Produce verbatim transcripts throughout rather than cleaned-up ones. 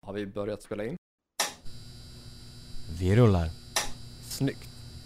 Har vi börjat spela in? Vi rullar. Snyggt.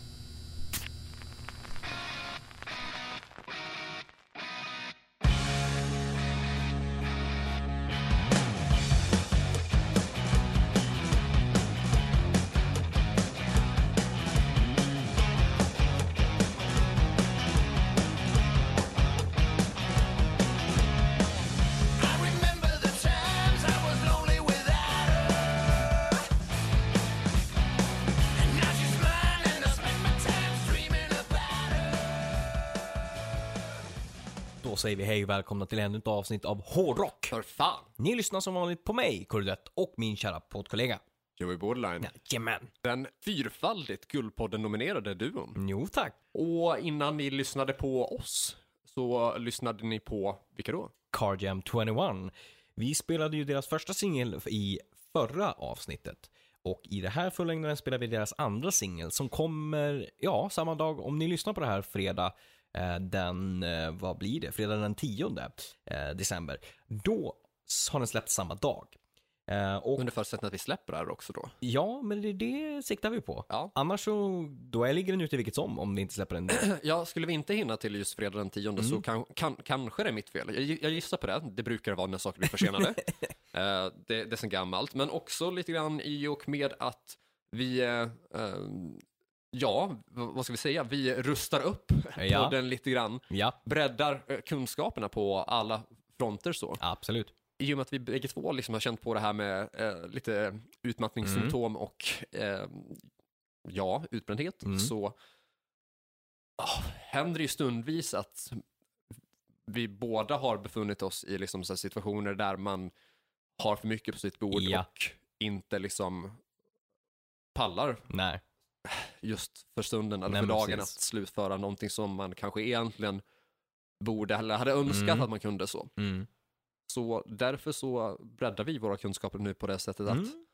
Då säger vi hej och välkomna till ännu ett avsnitt av Hårdrock. För fan. Ni lyssnar som vanligt på mig, Kurdet, och min kära poddkollega. Joey Borderline. Jajamän. Den fyrfaldigt Guldpodden-nominerade duon. Jo, tack. Och innan ni lyssnade på oss så lyssnade ni på, vilka då? Car Jam tjugoett. Vi spelade ju deras första singel i förra avsnittet. Och i det här fullängden spelar vi deras andra singel som kommer, ja, samma dag. Om ni lyssnar på det här fredag, eh, den, eh, vad blir det? Fredag den tionde eh, december. Då har den släppt samma dag. Eh, och Under förutsättning att vi släpper det här också då. ja, men det, det siktar vi på. Ja. Annars så, då är ligger den ute vilket som, om vi inte släpper den. Ja, skulle vi inte hinna till just fredag den tionde Mm. så kan, kan, kanske det är mitt fel. Jag, jag gissar på det. Det brukar vara när saker blir försenade. uh, det, det är så gammalt. Men också lite grann i och med att vi, uh, ja, vad ska vi säga? Vi rustar upp Ja. podden lite grann. Ja, Breddar uh, kunskaperna på alla fronter så. absolut. I och med att vi bägge två liksom har känt på det här med uh, lite utmattningssymptom och uh, ja, utbrändhet Mm. så oh, händer det ju stundvis att vi båda har befunnit oss i liksom så här situationer där man har för mycket på sitt bord Ja. och inte liksom pallar Nej. just för stunden eller Nej, för men dagen precis. att slutföra någonting som man kanske egentligen borde eller hade önskat Mm. att man kunde så. Mm. Så därför så breddar vi våra kunskaper nu på det sättet att Mm.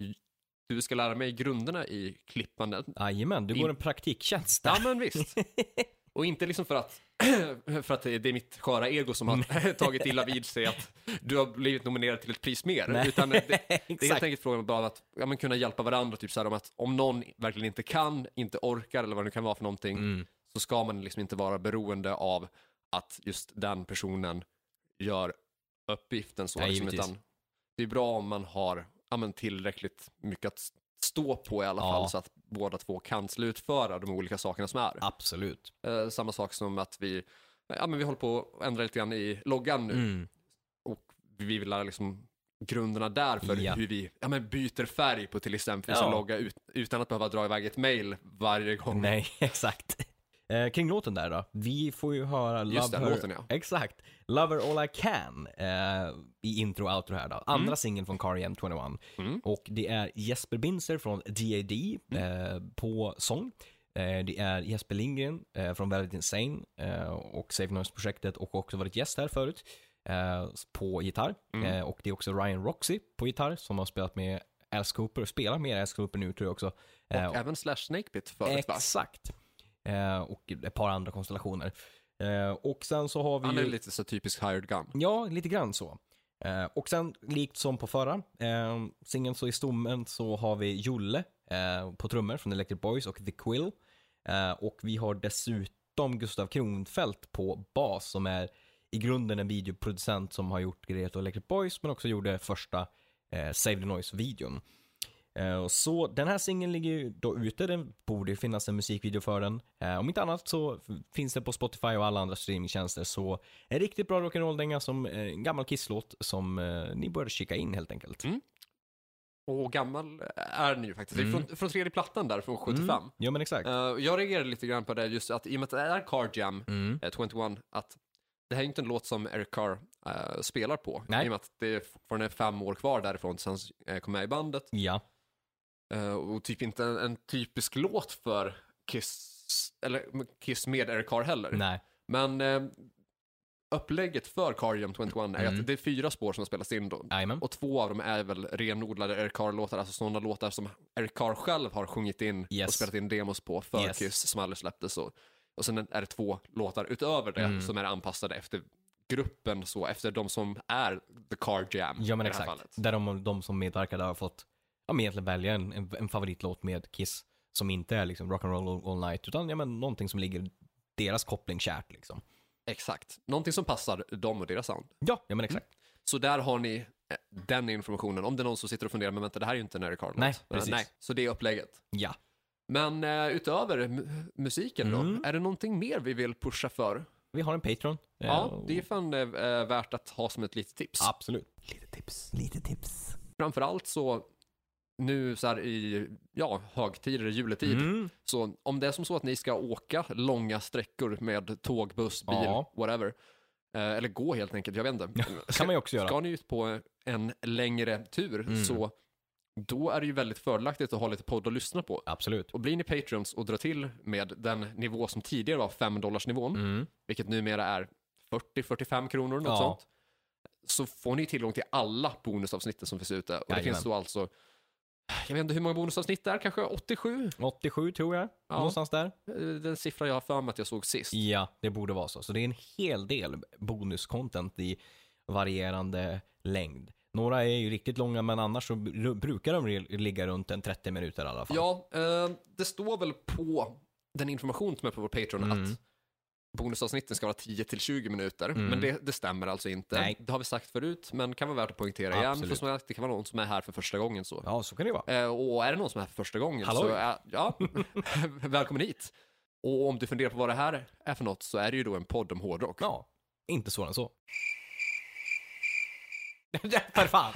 du ska lära mig grunderna i klippandet. Jajamän, du går In- en praktiktjänst där. Ja, men visst. Och inte liksom för att för att det är mitt sköra ego som har tagit illa vid sig att du har blivit nominerad till ett pris mer. Nej. Utan det, det är helt Exakt. enkelt frågan om bara att ja, men kunna hjälpa varandra. Typ så här om att om någon verkligen inte kan, inte orkar eller vad det kan vara för någonting Mm. så ska man liksom inte vara beroende av att just den personen gör uppgiften så. Nej, Liksom, givetvis. utan det är bra om man har ja, men tillräckligt mycket att stå på i alla Ja. fall så att båda två kan slutföra de olika sakerna som är. Absolut. Eh, samma sak som att vi, ja, men vi håller på att ändra lite grann i loggan nu Mm. och vi vill lära liksom grunderna där för Ja. hur vi ja, men byter färg på till exempel Ja. en logga ut, utan att behöva dra iväg ett mail varje gång. Nej, exakt. Eh, kring låten där då. Vi får ju höra Love Just den Her. låten, ja. Exakt. Love Her All I Can eh, i intro och outro här då. Andra Mm. singeln från Car Jam tjugoett. Mm. Och det är Jesper Binzer från D A D eh, på sång. Eh, det är Jesper Lindgren eh, från Velvet Insane eh, och Save Noise-projektet och också varit gäst här förut eh, på gitarr. Mm. Eh, och det är också Ryan Roxy på gitarr som har spelat med Alice Cooper och spelar med Alice Cooper nu tror jag också. Eh, Och även Slash Snakepit förut, va? Exakt. Eh, och ett par andra konstellationer. Eh, och sen så har vi Han är ju... lite så typisk hired gun. Ja, lite grann så. Eh, och sen, likt som på förra eh, singeln så i stommen så har vi Jolle eh, på trummor från Electric Boys och The Quill. Eh, och vi har dessutom Gustav Kronfeldt på bas som är i grunden en videoproducent som har gjort grejer till Electric Boys men också gjorde första eh, Save the Noise-videon. Uh, så den här singeln ligger ju då ute, det borde finnas en musikvideo för den. Uh, om inte annat så f- finns det på Spotify och alla andra streamingtjänster. Så en riktigt bra rock'n'roll-dänga som uh, en gammal Kiss-låt som uh, ni började kika in helt enkelt. Mm. Och gammal är den ju faktiskt. Mm. Det är från, från tredje plattan där, från sjuttiofem. Mm. Ja men exakt. Uh, jag reagerade lite grann på det just att i och med att det är Car Jam Mm. eh, tjugoett att det här är inte en låt som Eric Carr eh, spelar på. Nej. I och med att det är fortfarande fem år kvar därifrån tills han eh, kom med i bandet. Ja. Eh, och typ inte en, en typisk låt för Kiss, eller Kiss med Eric Carr heller. Nej. Men eh, upplägget för Car Jam tjugoett är Mm. att det är fyra spår som spelas in då. Jajamän. Och två av dem är väl renodlade Eric Carr-låtar, alltså sådana låtar som Eric Carr själv har sjungit in Yes. och spelat in demos på för Yes. Kiss som aldrig släpptes. Och, och sen är det två låtar utöver det Mm. som är anpassade efter gruppen så efter de som är the car jam. Ja, men i det här exakt. fallet. Där de, de som medverkade har fått ja, men egentligen välja en, en, en favoritlåt med Kiss som inte är liksom rock'n'roll all, all night, utan ja, men någonting som ligger deras koppling kärt liksom. Exakt. Någonting som passar dem och deras sound. Ja, ja men exakt. Mm. Så där har ni eh, den informationen. Om det är någon som sitter och funderar, men vänta, det här är ju inte en Eric Carl. Nej, precis. Nej, så det är upplägget. Ja. Men eh, utöver mu- musiken då, Mm. är det någonting mer vi vill pusha för? Vi har en Patreon. Ja, Eh, det är fan eh, värt att ha som ett litet tips. Absolut. Lite tips, lite tips. Framförallt så nu så här i ja, högtider, juletid. Mm. Så om det är som så att ni ska åka långa sträckor med tåg, buss, bil, Ja. whatever. Eh, eller gå helt enkelt, jag vet inte. kan man ju också göra. Ska ni ut på en längre tur Mm. så då är det ju väldigt fördelaktigt att ha lite podd att lyssna på. Absolut. Och blir ni patrons och drar till med den nivå som tidigare var fem dollars nivån, Mm. vilket numera är fyrtio till fyrtiofem kronor, något Ja. sånt, så får ni tillgång till alla bonusavsnitten som finns ute. Och det Jajamän. finns då alltså, jag vet inte hur många bonusavsnitt det är, kanske åttiosju? åttiosju tror jag. Ja. Någonstans där. Eh, Den siffra jag har för mig att jag såg sist. Ja, det borde vara så. Så det är en hel del bonuscontent i varierande längd. Några är ju riktigt långa, men annars så br- brukar de re- ligga runt en trettio minuter i alla fall. Ja, eh, det står väl på den information som är på vår Patreon Mm. att bonusavsnitten ska vara tio till tjugo minuter, Mm. men det, det stämmer alltså inte. Nej. Det har vi sagt förut, men kan vara värt att poängtera igen, Absolut. för som sagt, det kan vara någon som är här för första gången så. Ja, så kan det vara. Eh, och är det någon som är här för första gången Hallå? så är, ja, välkommen hit. Och om du funderar på vad det här är för något så är det ju då en podd om hårdrock. Ja, inte svårare än så. För fan.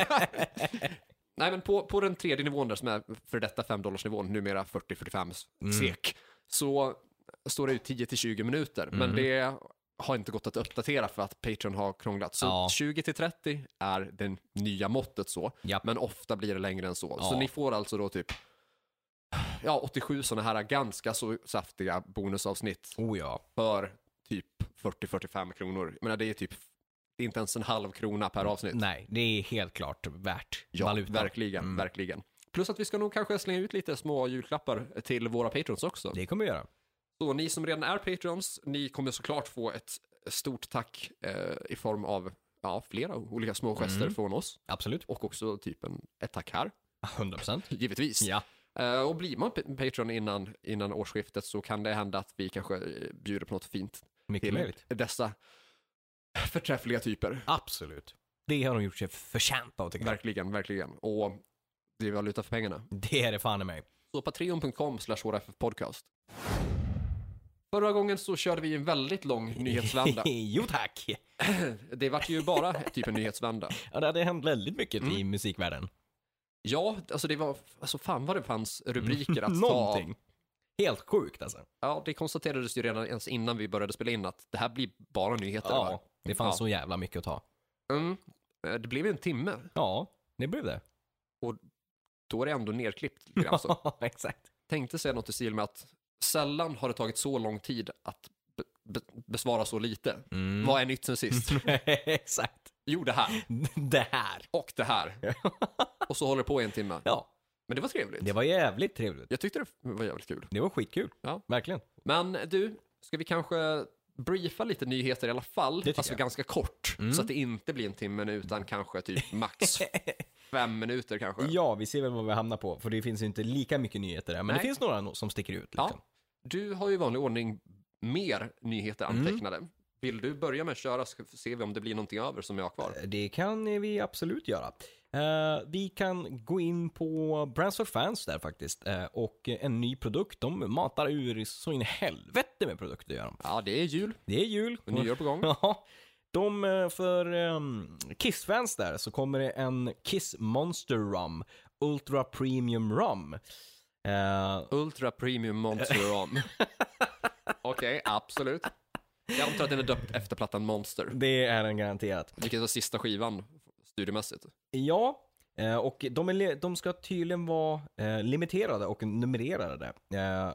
Nej, men på, på den tredje nivån där som är för detta fem dollars nivån, numera fyrtio till fyrtiofem Mm. sek, så står det ju tio till tjugo minuter. Men Mm. det har inte gått att uppdatera för att Patreon har krånglat. Så Ja. tjugo till trettio är det nya måttet så. Japp. Men ofta blir det längre än så. Ja. Så ni får alltså då typ ja, åttiosju sådana här ganska så saftiga bonusavsnitt Oh ja. för typ fyrtio till fyrtiofem kronor. Jag menar, det är typ det är inte ens en halv krona per avsnitt. Nej, det är helt klart värt Ja, valuta. verkligen, Mm. verkligen. Plus att vi ska nog kanske slänga ut lite små julklappar till våra patrons också. Det kommer vi göra. Så ni som redan är patrons, ni kommer såklart få ett stort tack eh, i form av ja, flera olika små gester Mm. från oss. Absolut. Och också typ en, ett tack här, hundra procent. givetvis. Ja. Eh, och blir man pa- patron innan, innan årsskiftet så kan det hända att vi kanske eh, bjuder på något fint Mycket till möjligt. dessa förträffliga typer. Absolut. Det har de gjort sig förtjänt av tycker jag. Verkligen, verkligen. Och det är valuta för pengarna. Det är det fan i mig. Så patreon punkt com slash h r f podcast. Förra gången så körde vi en väldigt lång nyhetsvända. Jo tack. Det vart ju bara typ en nyhetsvända. Ja, det hade hänt väldigt mycket Mm. i musikvärlden. Ja, alltså det var, alltså fan vad det fanns rubriker att ta Någonting. av. Helt sjukt alltså. Ja, det konstaterades ju redan ens innan vi började spela in att det här blir bara nyheter. va? Ja, det fanns Ja. så jävla mycket att ta. Mm. Eh, Det blev ju en timme. Ja, det blev det. Då är det ändå nerklippt lite grann så. Ja, exakt. Tänkte säga något i stil med att sällan har det tagit så lång tid att be- be- besvara så lite. Mm. Vad är nytt sen sist? Exakt. Jo, det här. Det här. Och det här. Och så håller det på i en timme. Ja, Men det var trevligt. det var jävligt trevligt. Jag tyckte det var jävligt kul. Det var skitkul. Ja. Verkligen. Men du, ska vi kanske briefa lite nyheter i alla fall? tycker Alltså jag. ganska kort. Mm. Så att det inte blir en timme nu utan kanske typ max fem minuter kanske. Ja, vi ser väl vad vi hamnar på. För det finns ju inte lika mycket nyheter där. Men Nej. det finns några no- som sticker ut. Ja. Liksom. Du har ju i vanlig ordning mer nyheter Mm. antecknade. Vill du börja med att köra så ser vi om det blir någonting över som jag har kvar. Det kan vi absolut göra. Eh, vi kan gå in på Brands for Fans där faktiskt. Eh, och en ny produkt. De matar ur så in i helvete med produkter gör de. Ja, det är jul. Det är jul. Och nyår på gång. Ja. De, eh, för um, Kiss-fans där så kommer det en Kiss Monster Rum. Ultra Premium Rum. Eh, Ultra Premium Monster Rom. Okej, absolut. Jag antar att den är döpt efter plattan Monster. det är en garanterat. Vilket var sista skivan studiemässigt. Ja, eh, och de, är, li- de ska tydligen vara eh, limiterade och numrerade. Eh,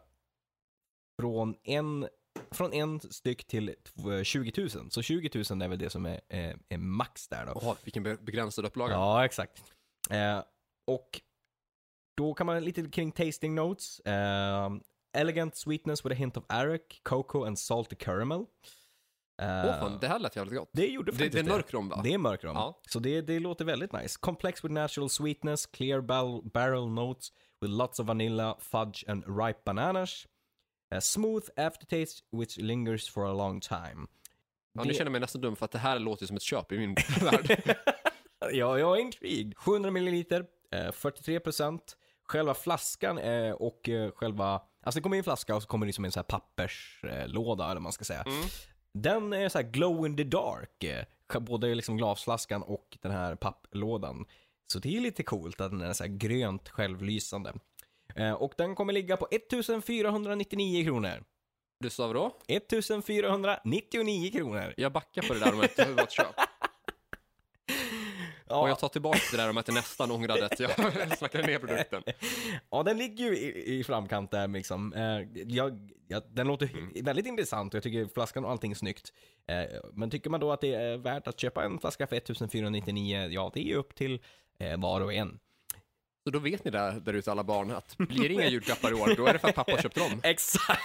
från, en, från en styck till tv- tjugo tusen. Så tjugo tusen är väl det som är, eh, är max där då. Åh, vilken be- begränsad upplaga. Ja, exakt. Eh, och då kan man lite kring tasting notes. Eh, elegant sweetness with a hint of arak, cocoa and salty caramel. Åh uh, fan, det här lät jävligt gott. Det gjorde faktiskt det. Det är mörkrom va? Det är mörkrom. Ja. Så det, det låter väldigt nice. Complex with natural sweetness, clear barrel, barrel notes with lots of vanilla, fudge and ripe bananas. A smooth aftertaste which lingers for a long time. Ja, det... Nu känner jag mig nästan dum för att det här låter som ett köp i min värld. Ja, jag är intrigued. sjuhundra milliliter, eh, fyrtiotre procent. Själva flaskan eh, och eh, själva... Alltså det kommer i en flaska och så kommer det som en så här papperslåda eh, eller vad man ska säga. Mm. Den är så här glow in the dark. Eh, både liksom glasflaskan och den här papplådan. Så det är lite coolt att den är så här grönt självlysande. Eh, och den kommer ligga på ettusendfyrahundranittionio kronor. Du sa vad då? ettusendfyrahundranittionio kronor. Jag backar på det där om att det var ett köp. Ja. Och jag tar tillbaka det där om att jag nästan ångrade att jag snackade ner produkten. Ja, den ligger ju i, i framkant där liksom. Eh, jag, jag, den låter mm. väldigt intressant och jag tycker flaskan och allting är snyggt. Eh, men tycker man då att det är värt att köpa en flaska för ettusendfyrahundranittionio, ja det är ju upp till eh, var och en. Så då vet ni där, där ute alla barn att blir det inga julklappar i år, då är det för att pappa har köpt dem. Exakt.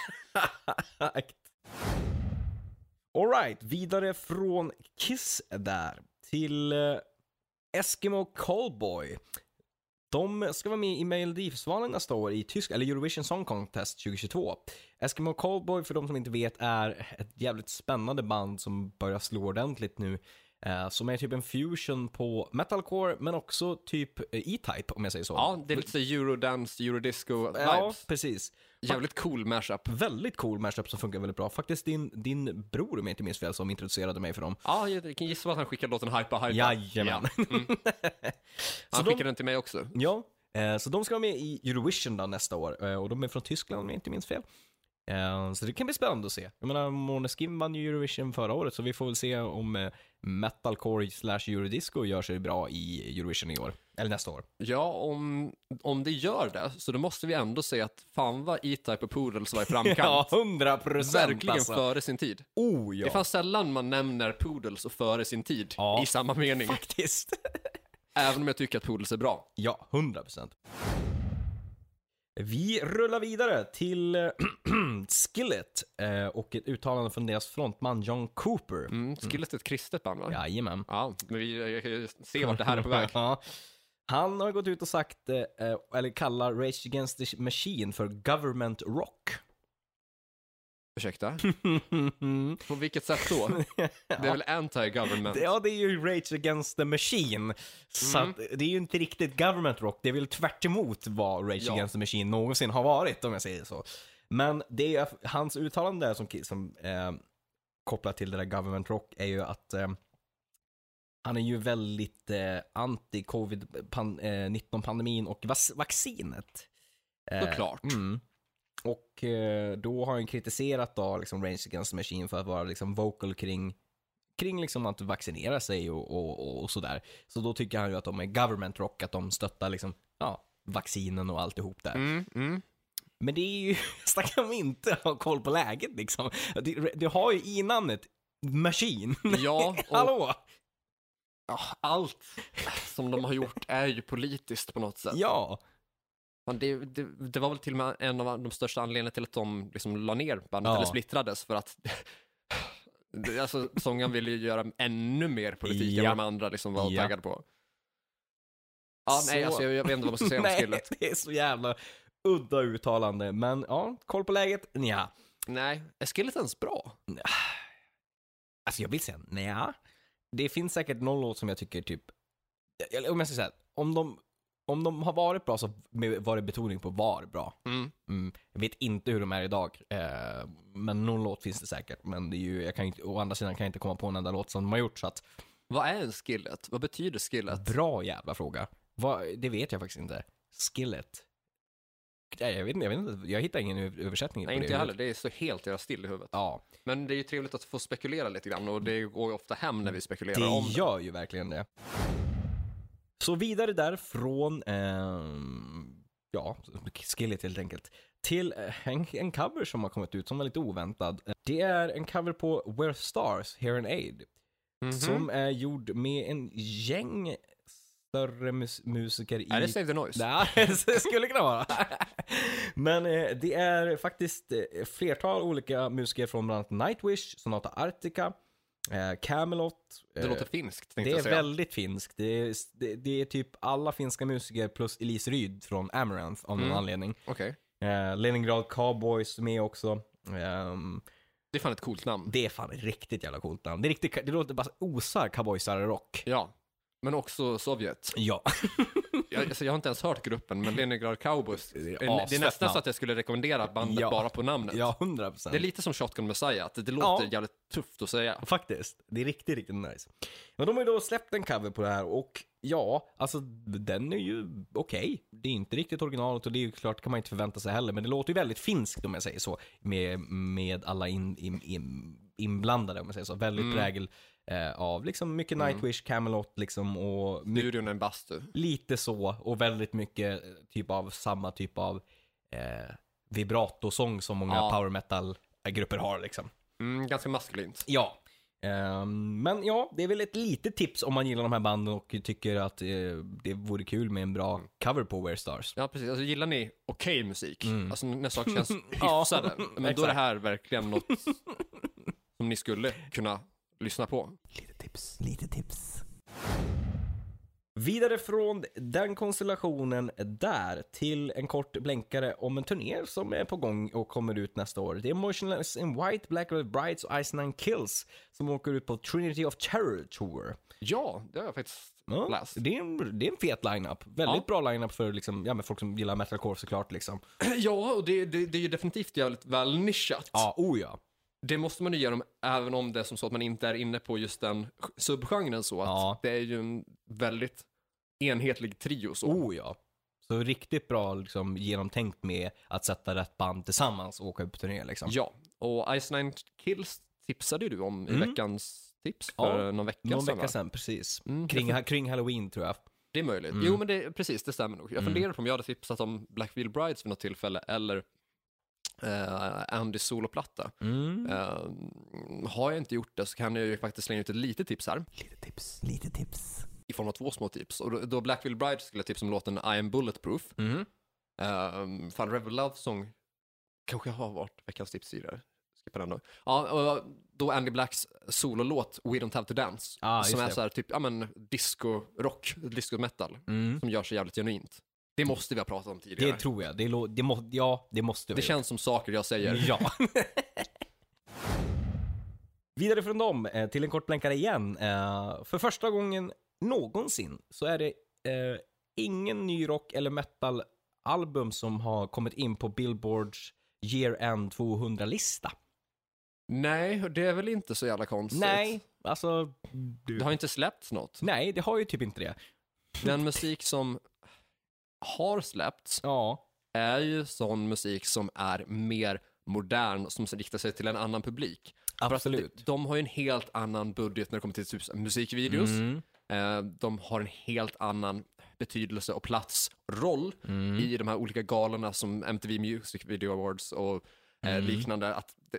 All right, vidare från Kiss där till uh, Eskimo Callboy. De ska vara med i Melodifestivalen nästa år i Tyskland, eller Eurovision Song Contest tjugohundratjugotvå. Eskimo Callboy, för de som inte vet, är ett jävligt spännande band som börjar slå ordentligt nu. Uh, som är typ en fusion på metalcore, men också typ E-Type, om jag säger så. Ja, det är lite så eurodance, eurodisco vibes. Ja, precis. Jävligt cool mashup. Väldigt cool mashup som funkar väldigt bra. Faktiskt din, din bror, om jag inte minns fel, som introducerade mig för dem. Ja, jag kan gissa att han skickade låten Hypa Hypa. Jajamän. Ja. Mm. Han skickade de, den till mig också. Ja, eh, så de ska vara med i Eurovision då nästa år. Eh, och de är från Tyskland, om jag inte minns fel. Uh, så det kan bli spännande att se. Jag menar, Måneskin vann ju Eurovision förra året, så vi får väl se om uh, metalcore slash eurodisco gör sig bra i Eurovision i år. Eller nästa år. Ja, om, om det gör det, så då måste vi ändå säga att fan vad E-Type och Poodles var i framkant. Ja, hundra procent. Verkligen alltså. Före sin tid. Oh, ja. Det fanns sällan man nämner Poodles och före sin tid ja, i samma mening. Faktiskt. Även om jag tycker att Poodles är bra. Ja, hundra procent. Vi rullar vidare till äh, Skillet äh, och ett uttalande från deras frontman John Cooper. Mm, Skillet är ett kristet band, va? Jajamän. Ja, men vi kan ju se vart det här är på väg. Ja. Han har gått ut och sagt, äh, eller kallar Rage Against the Machine för government rock. Ursäkta? På vilket sätt då? Det är väl anti-government? Ja, det är ju Rage Against the Machine. Så mm. att, det är ju inte riktigt government rock. Det är väl tvärt emot vad Rage ja. Against the Machine någonsin har varit, om jag säger så. Men det är hans uttalande som, som eh, kopplat till det där government rock är ju att eh, han är ju väldigt eh, anti-covid nitton-pandemin och vas- vaccinet. Eh, Såklart. Mm. Och eh, då har han kritiserat då, liksom, Rage Against the Machine för att vara liksom, vocal kring, kring liksom, att vaccinera sig och, och, och sådär. Så då tycker han ju att de är government rock, att de stöttar liksom, ja, vaccinen och alltihop där. Mm, mm. Men det är ju, snackar man inte ha koll på läget liksom. Du, du har ju i namnet Machine. Ja, och hallå! Ja, allt som de har gjort är ju politiskt på något sätt. Ja. Det, det, det var väl till och med en av de största anledningarna till att de liksom la ner bandet, ja. Eller splittrades, för att alltså, sången ville ju göra ännu mer politik ja. Än vad de andra liksom var ja. Taggade på. Ja, så... nej, alltså, jag, jag vet inte vad man ska säga om Skillet. Nej, det är så jävla udda uttalande, men ja, koll på läget, nja. Nej, är Skillet ens bra? Alltså jag vill säga, nja. Det finns säkert någon låt som jag tycker typ, om jag ska säga, om de Om de har varit bra så var det betoning på var bra. Mm. Mm. Jag vet inte hur de är idag. Eh, men någon låt finns det säkert. Men det är ju, jag kan inte, å andra sidan kan jag inte komma på en enda låt som de har gjort. Så att... Vad är en skillet? Vad betyder skillet? Bra jävla fråga. Vad, det vet jag faktiskt inte. Skillet. Nej, jag vet inte, jag vet inte. Jag hittar ingen översättning. Nej, på inte det heller. Det är så helt jävla still i huvudet. Ja. Men det är ju trevligt att få spekulera lite grann. Och det går ju ofta hem när vi spekulerar det om det. Det gör ju verkligen det. Så vidare därifrån, eh, ja, Skillet helt enkelt, till en, en cover som har kommit ut som var lite oväntad. Det är en cover på Where Stars, Here and Aid, mm-hmm. som är gjord med en gäng större mus- musiker i... Är det Save the Noise? Nej, det skulle kunna vara. Men eh, det är faktiskt eh, flertal olika musiker från bland annat Nightwish, Sonata Arctica, eh, Camelot. Det eh, låter finskt, tänkte Det jag är säga. väldigt finskt. Det är, det, det är typ alla finska musiker plus Elise Ryd från Amaranth av någon Mm. anledning. Okej. Eh, Leningrad Cowboys med också. Ehm, Det är fan ett coolt namn. det är fan ett riktigt jävla coolt namn. Det, är riktigt, det låter bara osar cowboysare rock. Ja. Men också Sovjet. Ja. Jag, alltså, jag har inte ens hört gruppen, men Leningrad Cowboys. Det är Det är, asfett nästan namn. så att jag skulle rekommendera bandet Ja. bara på namnet. Ja, hundra procent. Det är lite som Shotgun Messiah, att det, det låter Ja. jävligt tufft att säga. Faktiskt. Det är riktigt, riktigt nice. Men de har ju då släppt en cover på det här och ja, alltså den är ju okej. Det är inte riktigt originalet och det är ju klart kan man inte förvänta sig heller. Men det låter ju väldigt finskt om jag säger så. Med, med alla in, in, in, inblandade om jag säger så. Väldigt Mm. prägel eh, av liksom mycket Mm. Nightwish, Camelot liksom och mycket, Studion är en bastu. lite så. Och väldigt mycket eh, typ av samma typ av eh, vibrato-sång som många Ja. power metal-grupper har liksom. Mm, ganska maskulint. Ja. Ehm, men ja, det är väl ett litet tips om man gillar de här banden och tycker att eh, det vore kul med en bra cover på Wear Stars. Ja, precis. Alltså, gillar ni okej musik? Mm. Alltså när saker känns Ja, hyfsade. Men då är det exakt. här verkligen något som ni skulle kunna lyssna på. Lite tips, lite tips. Vidare från den konstellationen där till en kort blänkare om en turné som är på gång och kommer ut nästa år. Det är Motionless in White, Black Red Brides och Ice Nine Kills som åker ut på Trinity of Terror Tour. Ja, det har jag faktiskt Ja, läst. det, är en, det är en fet lineup. Väldigt Ja. bra lineup för liksom, ja, men folk som gillar metalcore såklart. Liksom. Ja, och det, det, det är ju definitivt jävligt väl nischat. Ja, oh ja. Det måste man ju ge dem, även om det är som så att man inte är inne på just den subgenren så att Ja. det är ju en väldigt enhetlig trio så. Oh ja. Så riktigt bra liksom, genomtänkt med att sätta rätt band tillsammans och åka upp på turné. Liksom. Ja, och Ice Nine Kills tipsade ju du om i Mm. veckans tips Ja, för någon vecka Någon sedan. vecka va? sedan, precis. Mm, Kring, jag fun- kring Halloween tror jag. det är möjligt. Mm. Jo, men det, precis, det stämmer nog. Jag Mm. funderar på om jag hade tipsat om Black Veil Brides vid något tillfälle eller eh, Andys soloplatta. Mm. Eh, har jag inte gjort det så kan jag ju faktiskt slänga ut ett litet tips här. Lite tips, lite tips. I form av två små tips. Och då, då Black Veil Brides skulle jag tipsa om låten I am Bulletproof. Mm. Um, fan, Rebel Love Song kanske har varit veckans tips tidigare. Skippa den då. Ja, och då Andy Blacks sololåt We Don't Have To Dance. Ah, just som är det. så här typ, ja men disco-rock, disco-metal. Mm. Som gör sig jävligt genuint. Det måste vi ha pratat om tidigare. Det tror jag. Det, lo- det må- ja, det måste vi. Det känns som saker jag säger. Ja. Vidare från dem eh, till en kort blänkare igen. Eh, för första gången någonsin så är det eh, ingen ny rock eller metal-album som har kommit in på Billboards Year End tvåhundra-lista. Nej, det är väl inte så jävla konstigt. Nej, alltså... Du... Det har inte släppts något. Nej, det har ju typ inte det. Den musik som har släppts Ja. är ju sån musik som är mer modern och som riktar sig till en annan publik. För Absolut. att de har ju en helt annan budget när det kommer till typ musikvideos. Mm. Eh, de har en helt annan betydelse och plats, roll Mm. i de här olika galorna som M T V Music Video Awards och eh, Mm. liknande. Att det,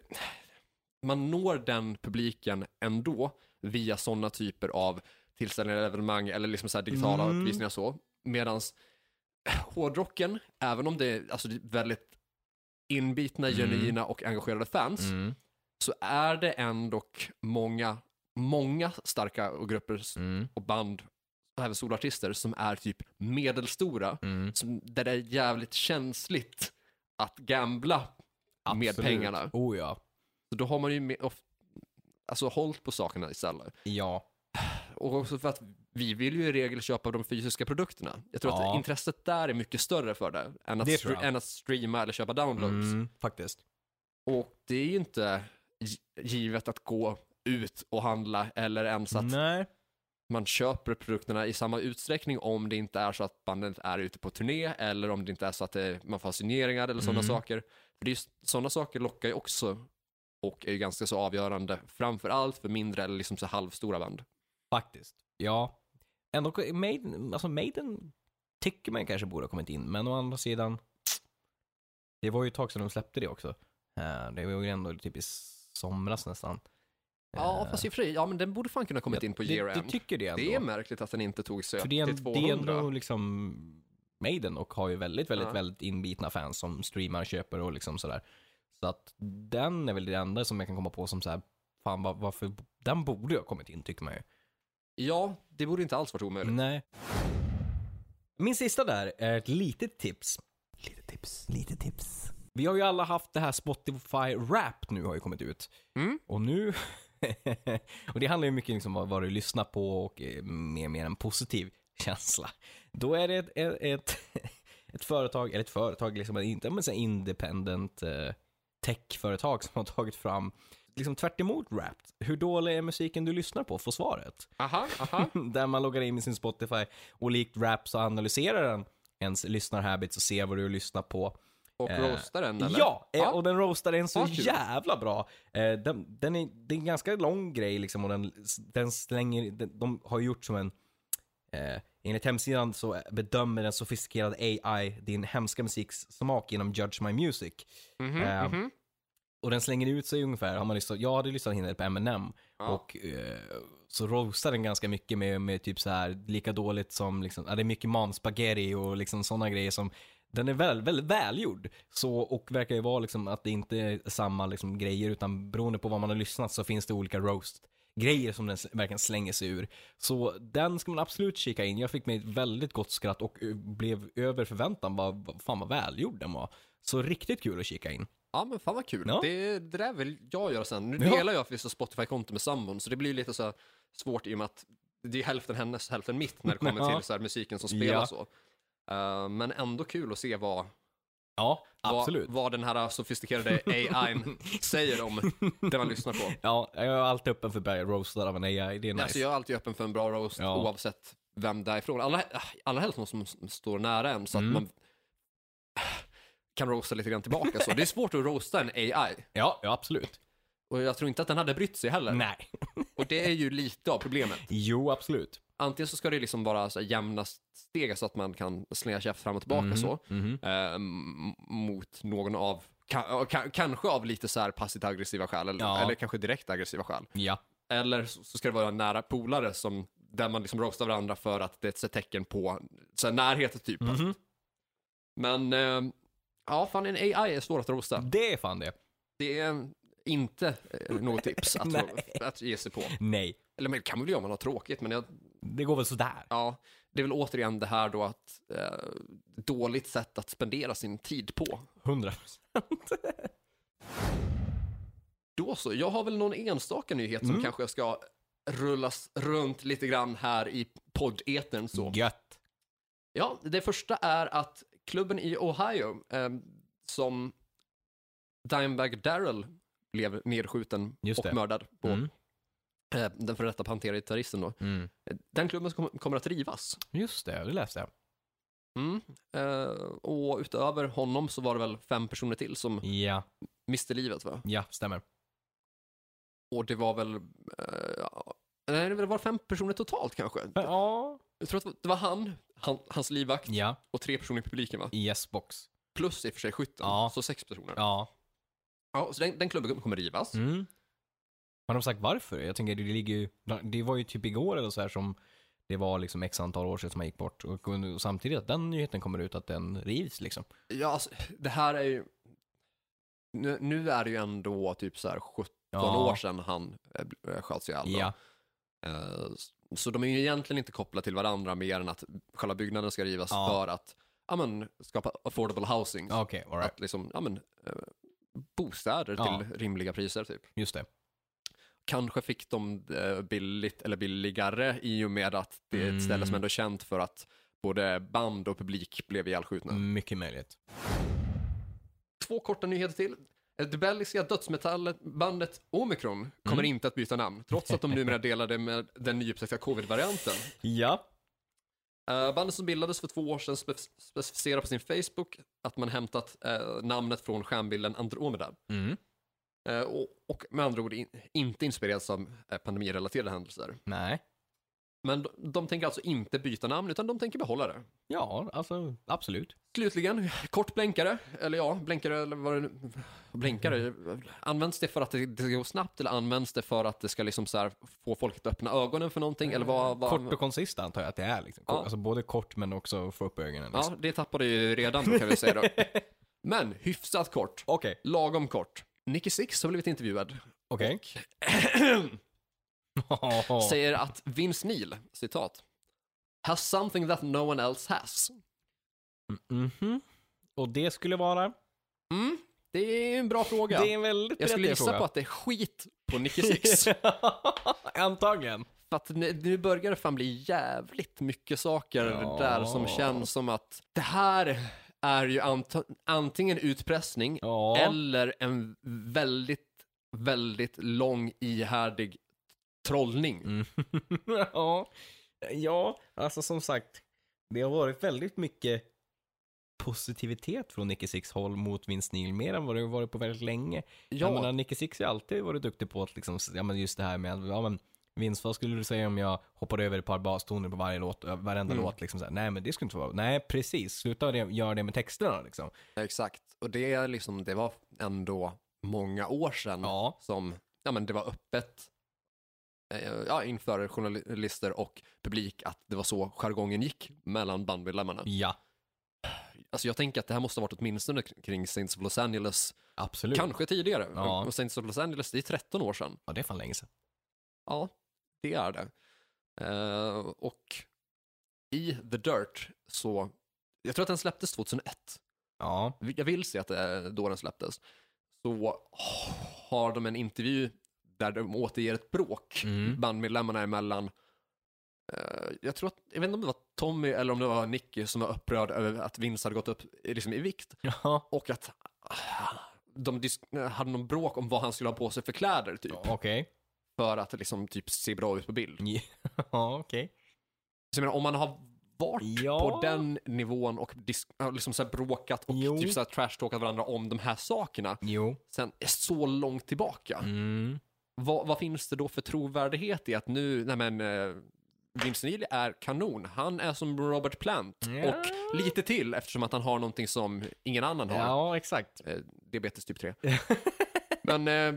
man når den publiken ändå via sådana typer av tillställningar, evenemang eller liksom så här digitala Mm. uppvisningar så. Medans hårdrocken, även om det är, alltså, det är väldigt inbitna, Mm. genuina och engagerade fans, Mm. så är det ändå många, många starka och grupper Mm. och band, och även solartister, som är typ medelstora, Mm. som, där det är jävligt känsligt att gambla med Absolut. pengarna. Oh ja. Så då har man ju med, of, alltså hållit på sakerna istället. Ja. Och också för att vi vill ju i regel köpa de fysiska produkterna. Jag tror Ja. att intresset där är mycket större för det än att, Det tror stre- jag. än att streama eller köpa downloads. Mm. Faktiskt. Och det är ju inte gi- givet att gå ut och handla eller ens att Nej. man köper produkterna i samma utsträckning om det inte är så att bandet är ute på turné eller om det inte är så att det, man får signeringar eller sådana Mm. saker. För det är just, sådana saker lockar ju också och är ju ganska så avgörande, framför allt för mindre eller liksom så halvstora band. Faktiskt. Ja. Ändå, Maiden, alltså Maiden tycker man kanske borde ha kommit in, men å andra sidan, det var ju ett tag sedan de släppte det också. Eh, Det var ju ändå typ i somras nästan. Ja, fast i och för sig, ja men den borde fan kunna kommit Ja, in på det- year det end. tycker det ändå. Det är märkligt att den inte tog sig För upp det är, till en, tvåhundra. det är ändå liksom Maiden och har ju väldigt, väldigt, Ja. väldigt inbitna fans som streamar, köper och liksom sådär. Så att den är väl det enda som jag kan komma på som såhär, fan var, varför, den borde ju ha kommit in tycker man ju. Ja, det borde inte alls varit omöjligt. Nej. Min sista där är ett litet tips. Lite tips, lite tips. Vi har ju alla haft det här Spotify Wrapped nu har ju kommit ut. Mm. Och nu, och det handlar ju mycket liksom om vad du lyssnar på och eh, mer, mer en positiv känsla. Då är det ett, ett, ett, ett företag, eller ett företag, liksom, inte men så independent eh, techföretag som har tagit fram, liksom tvärt emot Wrapped. Hur dålig är musiken du lyssnar på? Får svaret. Aha, aha. Där man loggar in med sin Spotify och likt Wrapped så analyserar den ens lyssnarhabits och ser vad du lyssnar på. Och Eh, roastar den, eller? Ja, eh, Ja. och den roastar en så Ja, kul. jävla bra. Eh, den, den är, det är en ganska lång grej liksom och den, den slänger, den, de har gjort som en, eh, enligt hemsidan så bedömer den sofistikerade A I din hemska musiksmak genom Judge My Music. Mhm, Eh, mhm. Och den slänger ut sig ungefär, har man lyssnat, jag hade lyssnat in på Eminem Ja. och eh, så roastar den ganska mycket med, med typ så här lika dåligt som liksom, ja, det är mycket manspaghetti och liksom sådana grejer som, den är väldigt, väldigt välgjord. Så, och verkar ju vara liksom att det inte är samma liksom grejer utan beroende på vad man har lyssnat så finns det olika roast grejer som den s- verkligen slänger sig ur. Så den ska man absolut kika in. Jag fick mig ett väldigt gott skratt och eh, blev över förväntan vad, vad fan vad välgjord den var. Så riktigt kul att kika in. Ja, men fan vad kul. Ja. Det, det där vill jag göra sen. Nu Ja. delar jag förvisso Spotify-konto med sambon, så det blir lite så här svårt i och med att det är hälften hennes, hälften mitt när det kommer Ja. till så här musiken som spelas Ja. så. Uh, men ändå kul att se vad, Ja, absolut. vad, vad den här sofistikerade A I:n säger om det man lyssnar på. Ja, jag är alltid öppen för att bli roastad av en A I. Det är nice. Alltså jag är alltid öppen för en bra roast Ja. oavsett vem det är ifrån. Alla, alla helst någon som står nära en så att Mm. man kan roasta lite grann tillbaka. Så. Det är svårt att roasta en A I. Ja, ja, absolut. Och jag tror inte att den hade brytt sig heller. Nej. Och det är ju lite av problemet. Jo, absolut. Antingen så ska det liksom vara så här jämna steg så att man kan slänga käft fram och tillbaka Mhm, så. mhm. Eh, m- mot någon av, ka- ka- kanske av lite så här passivt aggressiva skäl. Eller, Ja. eller kanske direkt aggressiva skäl. Ja. Eller så så ska det vara nära polare som, där man liksom roastar varandra för att det är ett så här tecken på så här närhet typ. Mhm. Men eh, ja, fan en A I är svår att roasta. Det är fan det. Det är inte eh, något tips att, Nej. att ge sig på. Nej. Eller men det kan man väl göra om man har tråkigt, men jag, Det går väl sådär. ja, det är väl återigen det här då att eh, dåligt sätt att spendera sin tid på. Hundra. Då så, jag har väl någon enstaka nyhet som Mm. kanske ska rullas runt lite grann här i poddetern så. Gött. Ja, det första är att klubben i Ohio eh, som Dimebag Darrell blev nedskjuten Just och det. mördad på, Mm. eh, den för detta Pantera-gitarristen då. Mm. Eh, Den klubben kom- kommer att rivas. Just det, det läste jag. Mm. Eh, och utöver honom så var det väl fem personer till som Ja, miste livet va? ja, stämmer. Och det var väl, eh, ja, nej det var fem personer totalt kanske. Ja. Jag tror att det var han, han hans livvakt Ja, och tre personer i publiken va? yes box. Plus i och för sig skytten, Ja. så sex personer. Ja. Ja, så den, den klubben kommer rivas. Mm. Har de sagt varför? Jag tänker, det ligger ju, det var ju typ igår eller så här som det var liksom x antal år sedan som man gick bort. Och, och samtidigt att den nyheten kommer ut att den rivs liksom. Ja, alltså, det här är ju, nu, nu är det ju ändå typ så här sjutton Ja. år sedan han äh, sköts ihjäl. då. Ja. Eh, så de är ju egentligen inte kopplade till varandra mer än att själva byggnaden ska rivas Ja. för att ja, men, skapa affordable housing. Okej, all right. Att liksom, ja, men, eh, bostäder Ja. till rimliga priser typ. Just det. Kanske fick de eh, billigt eller billigare i och med att det är ett ställe som Mm. ändå är känt för att både band och publik blev ihjälskjutna. Mycket möjligt. Två korta nyheter till. Det belgiska dödsmetallbandet Omicron kommer Mm. inte att byta namn, trots att de numera delade med den nyupptäckta covid-varianten. Ja. Uh, bandet som bildades för två år sedan spef- specificerar på sin Facebook att man hämtat uh, namnet från stjärnbilden Andromeda. Mm. Uh, och, och med andra ord in, inte inspirerats av uh, pandemirelaterade händelser. Nej. Men de, de tänker alltså inte byta namn, utan de tänker behålla det. Ja, alltså absolut. Slutligen, kort blänkare, eller ja, blänkare eller vad det nu, blänkare, används det för att det, det går snabbt eller används det för att det ska liksom så här få folk att öppna ögonen för någonting, eller vad? vad... Kort och koncist antar jag att det är liksom. Ja. Alltså både kort men också få upp ögonen. Liksom. Ja, det tappade ju redan då, kan vi säga då. Men hyfsat kort, Okej. lagom kort. Nicky Six har blivit intervjuad. Okej. Säger att Vince Neil, citat, has something that no one else has. Mhm. Och det skulle vara? Mm, det är en bra fråga. Det är en väldigt Jag skulle berättigad gissa fråga. på att det är skit på Nicky Six. Antagligen. För att nu, nu börjar det fan bli jävligt mycket saker Ja. där som känns som att det här är ju ant- antingen utpressning Ja. eller en väldigt, väldigt lång ihärdig trollning. Mm. ja. ja, alltså som sagt, det har varit väldigt mycket positivitet från Nicky Six håll mot Vince Neil, mer än vad det har varit på väldigt länge. Ja, Jag menar, Nicky Six har alltid varit duktig på att liksom, ja men just det här med, ja men Vince, vad skulle du säga om jag hoppade över ett par bastoner på varje låt, varenda Mm. låt liksom så här, nej men det skulle inte vara, nej precis, sluta det, gör det med texterna liksom. exakt. Och det är liksom, det var ändå många år sedan Ja. som, ja men det var öppet eh, ja, inför journalister och publik att det var så jargongen gick mellan bandmedlemmarna. Ja, Alltså jag tänker att det här måste ha varit åtminstone kring Saints of Los Angeles, absolut. kanske tidigare. Ja. Och Saints of Los Angeles, det är tretton år sedan. Ja, det är fan länge sedan. Ja, det är det. Eh, och i The Dirt så, jag tror att den släpptes tjugohundraett. Ja. Jag vill se att det är då den släpptes. Så har de en intervju där de återger ett bråk Mm. bandmedlemmarna emellan. Eh, jag tror att, jag vet inte om det var Tommy eller om det var Nicky som var upprörd över att Vince hade gått upp liksom i vikt. Ja. Och att ah, de dis- hade någon bråk om vad han skulle ha på sig för kläder typ. Okej. För att det liksom typ se bra ut på bild. Ja, okej. Så jag menar, om man har varit Ja. på den nivån och dis- ja, liksom så här bråkat och Jo. typ så här trashtalkat varandra om de här sakerna Jo. sen är så långt tillbaka. Mm. Vad, vad finns det då för trovärdighet i att nu, nej men eh, Vince Neil är kanon. Han är som Robert Plant Ja. och lite till eftersom att han har någonting som ingen annan har. Ja, exakt. Eh, diabetes typ tre. Men eh,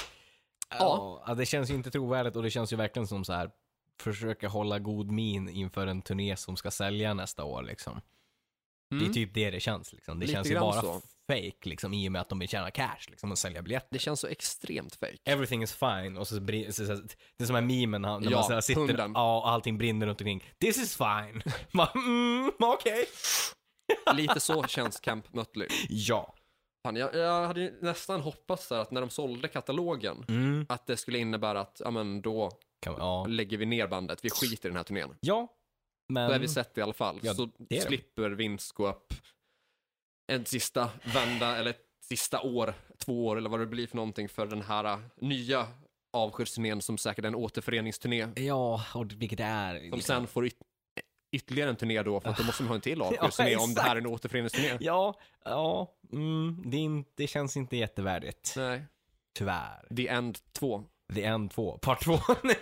Ja. ja, det känns ju inte trovärdigt och det känns ju verkligen som så här försöka hålla god min inför en turné som ska sälja nästa år liksom. Det är mm, typ det det känns liksom. Det Lite känns ju grann bara så. fake liksom i och med att de vill tjäna cash liksom och sälja biljetter. det känns så extremt fake. Everything is fine och så, brin- så, så det är som en memen han- när Ja, man så här sitter hunden. ja, och allting brinner runt omkring. This is fine. Man, mm, okej. Lite så känns Camp Mötley. Ja. Fan, jag, jag hade ju nästan hoppats där att när de sålde katalogen Mm. att det skulle innebära att ja, men då Kan, ja. lägger vi ner bandet, vi skiter i den här turnén. Ja. Men Då är vi sett i alla fall. Ja, så det är det. slipper Vince gå upp en sista vända eller ett sista år, två år eller vad det blir för någonting för den här uh, nya avskedsturnén som säkert är en återföreningsturné. ja, och vilket det är. Som liksom. sen får yt- ytterligare en turné då för att då måste man ha en till avskedsturné Ja, om det här är en återföreningsturné. Ja, ja, mm, det, är inte, det känns inte jättevärdigt. Nej, Tyvärr. The End två. The End två, part två.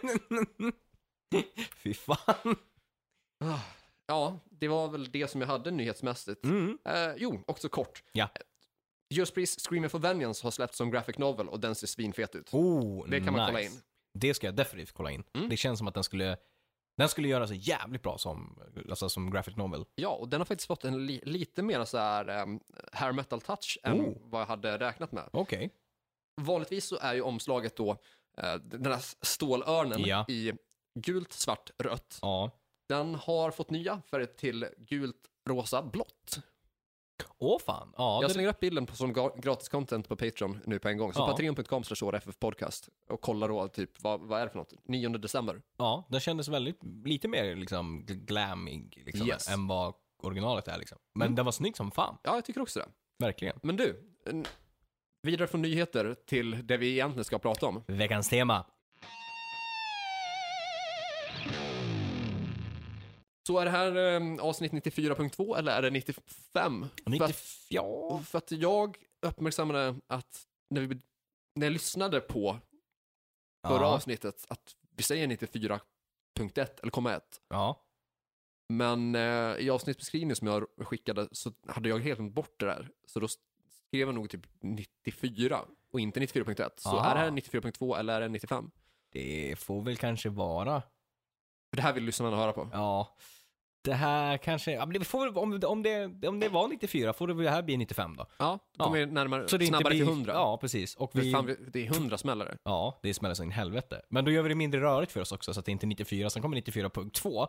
Fy fan. Ah, ja, det var väl det som jag hade nyhetsmässigt. Mm. Eh, jo, också kort. Ja. Judas Priest Screaming for Vengeance har släppts som graphic novel och den ser svinfet ut. Oh, Det kan man nice. kolla in. Det ska jag definitivt kolla in. Mm. Det känns som att den skulle den skulle göra sig jävligt bra som, alltså som graphic novel. Ja, och den har faktiskt fått en li- lite mer så här um, hair metal touch än Oh. vad jag hade räknat med. Okej. Vanligtvis så är ju omslaget då eh, den här stålörnen Ja. i gult, svart, rött. Ja. Den har fått nya färger till gult, rosa, blått. Åh fan. Ja, Jag det, slänger upp bilden på, som ga- gratis content på Patreon nu på en gång. Så Ja. patreon punkt com slash f f podcast och kolla då typ vad, vad är det för något? nionde december. ja, den kändes väldigt, lite mer liksom glammig liksom, Yes. än vad originalet är liksom. Men Mm. den var snygg som fan. Ja, jag tycker också det. Verkligen. Men du, en- vidare från nyheter till det vi egentligen ska prata om. Veckans tema. Så är det här eh, avsnitt nittiofyra punkt två eller är det nittiofem? För nittio, att, ja. för att jag uppmärksammade att när, vi, när jag lyssnade på förra Ja. avsnittet att vi säger nittiofyra punkt ett eller komma ett. Ja. Men eh, i avsnittsbeskrivningen som jag skickade så hade jag helt bort det där. Så då skrev jag nog typ nittiofyra och inte nittiofyra punkt ett. Så Aha. är det här nittiofyra punkt två eller är det nittiofem? Det får väl kanske vara. För det här vill lyssnarna höra på. Ja. Det här kanske, ja, men det får, om, om, det, om det var nittiofyra får det här bli nittiofem då. Ja, då kommer Ja. vi närmare, Så det inte snabbare blir, till hundra. Ja, precis. Och För vi, fan, det är hundra smällare. ja, det smäller så in helvete. Men då gör vi det mindre rörigt för oss också, så att det inte är nittiofyra, sen kommer nittiofyra punkt två.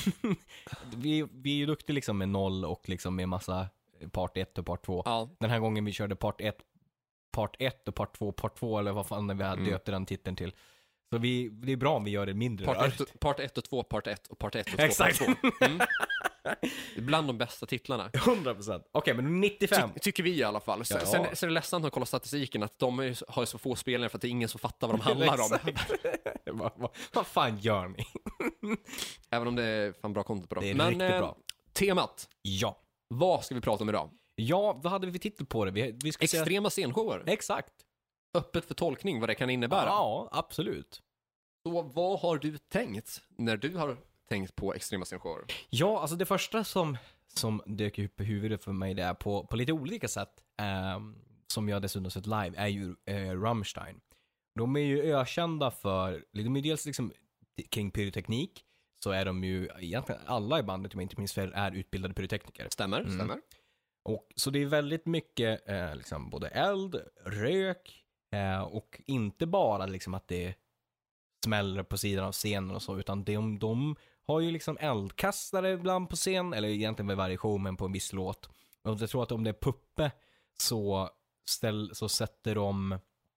vi, vi är ju duktiga liksom med noll och liksom med massa part ett och part två. Ja. Den här gången vi körde part ett, part ett och part två, part två eller vad fan vi hade Mm. döpt den titeln till. Så vi, det är bra om vi gör det mindre Part rörigt. ett, part ett och två, part ett och part ett och två, Exakt. part två. Mm. Bland de bästa titlarna. hundra procent. Okej, men nittiofem. Ty, tycker vi i alla fall. Sen, Ja. sen, sen är det ledsamt att kolla statistiken att de är, har så få spelare för att det är ingen som fattar vad de handlar om. vad, vad, vad fan gör ni? Även om det är fan bra content på dem. Det är Men riktigt eh, bra. temat. Ja. Vad ska vi prata om idag? Ja, vad hade vi för titel på det? Vi, vi ska säga... Extrema scenshower. Exakt. Öppet för tolkning vad det kan innebära. Ja, absolut. Så vad har du tänkt när du har tänkt på extrema scenshower? Ja, alltså det första som, som dök upp i huvudet för mig det är på, på lite olika sätt ehm, som jag dessutom sett live är ju eh, Rammstein. De är ju ökända för, de är dels liksom kring pyroteknik, så är de ju egentligen alla i bandet, om jag inte minns fel, är utbildade pyrotekniker. Stämmer, Mm. stämmer. Och, så det är väldigt mycket eh, liksom både eld, rök eh, och inte bara liksom att det smäller på sidan av scenen och så, utan de, de har ju liksom eldkastare ibland på scen, eller egentligen med varje show, men på en viss låt. Och jag tror att om det är Puppe så, ställ, så sätter de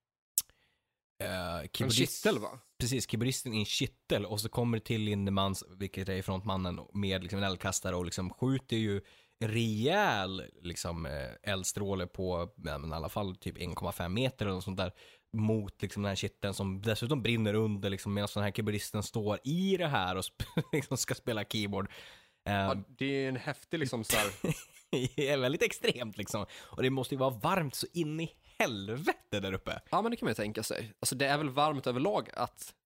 eh, En keyboardist- kittel va? Precis, keyboardisten i en kittel och så kommer det till Lindemans, vilket är frontmannen, med liksom en eldkastare och liksom skjuter ju rejäl liksom eh, eldstråle på ja, men i alla fall typ en komma fem meter eller något sånt där mot liksom den här kitteln som dessutom brinner under liksom medan den här keyboardisten står i det här och sp- liksom ska spela keyboard. Eh, Ja, det är en häftig liksom så här. det är väldigt extremt liksom. Och det måste ju vara varmt så in i helvete där uppe. Ja, men det kan man ju tänka sig. Alltså det är väl varmt överlag att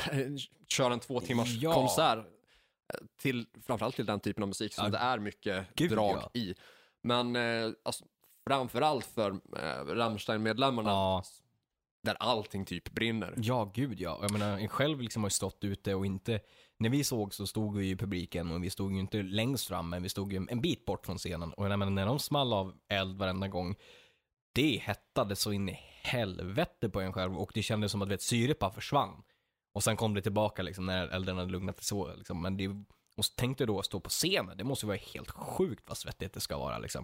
köra en två timmars Ja. konsert till, framförallt till den typen av musik som Ja. det är mycket Gud, drag ja. i. Men eh, alltså, framförallt för eh, Rammstein-medlemmarna Ja. där allting typ brinner. Ja, gud ja. Jag menar, en själv liksom har ju stått ute och inte... När vi såg så stod vi i publiken och vi stod ju inte längst fram, men vi stod ju en bit bort från scenen. Och jag menar, när de small av eld varenda gång, det hettade så in i helvete på en själv och det kändes som att vet, syret bara försvann. Och sen kom det tillbaka liksom, när elden hade lugnat sig så. Liksom. Men det, och tänkte då att stå på scenen, det måste ju vara helt sjukt vad svettigt det ska vara. Liksom.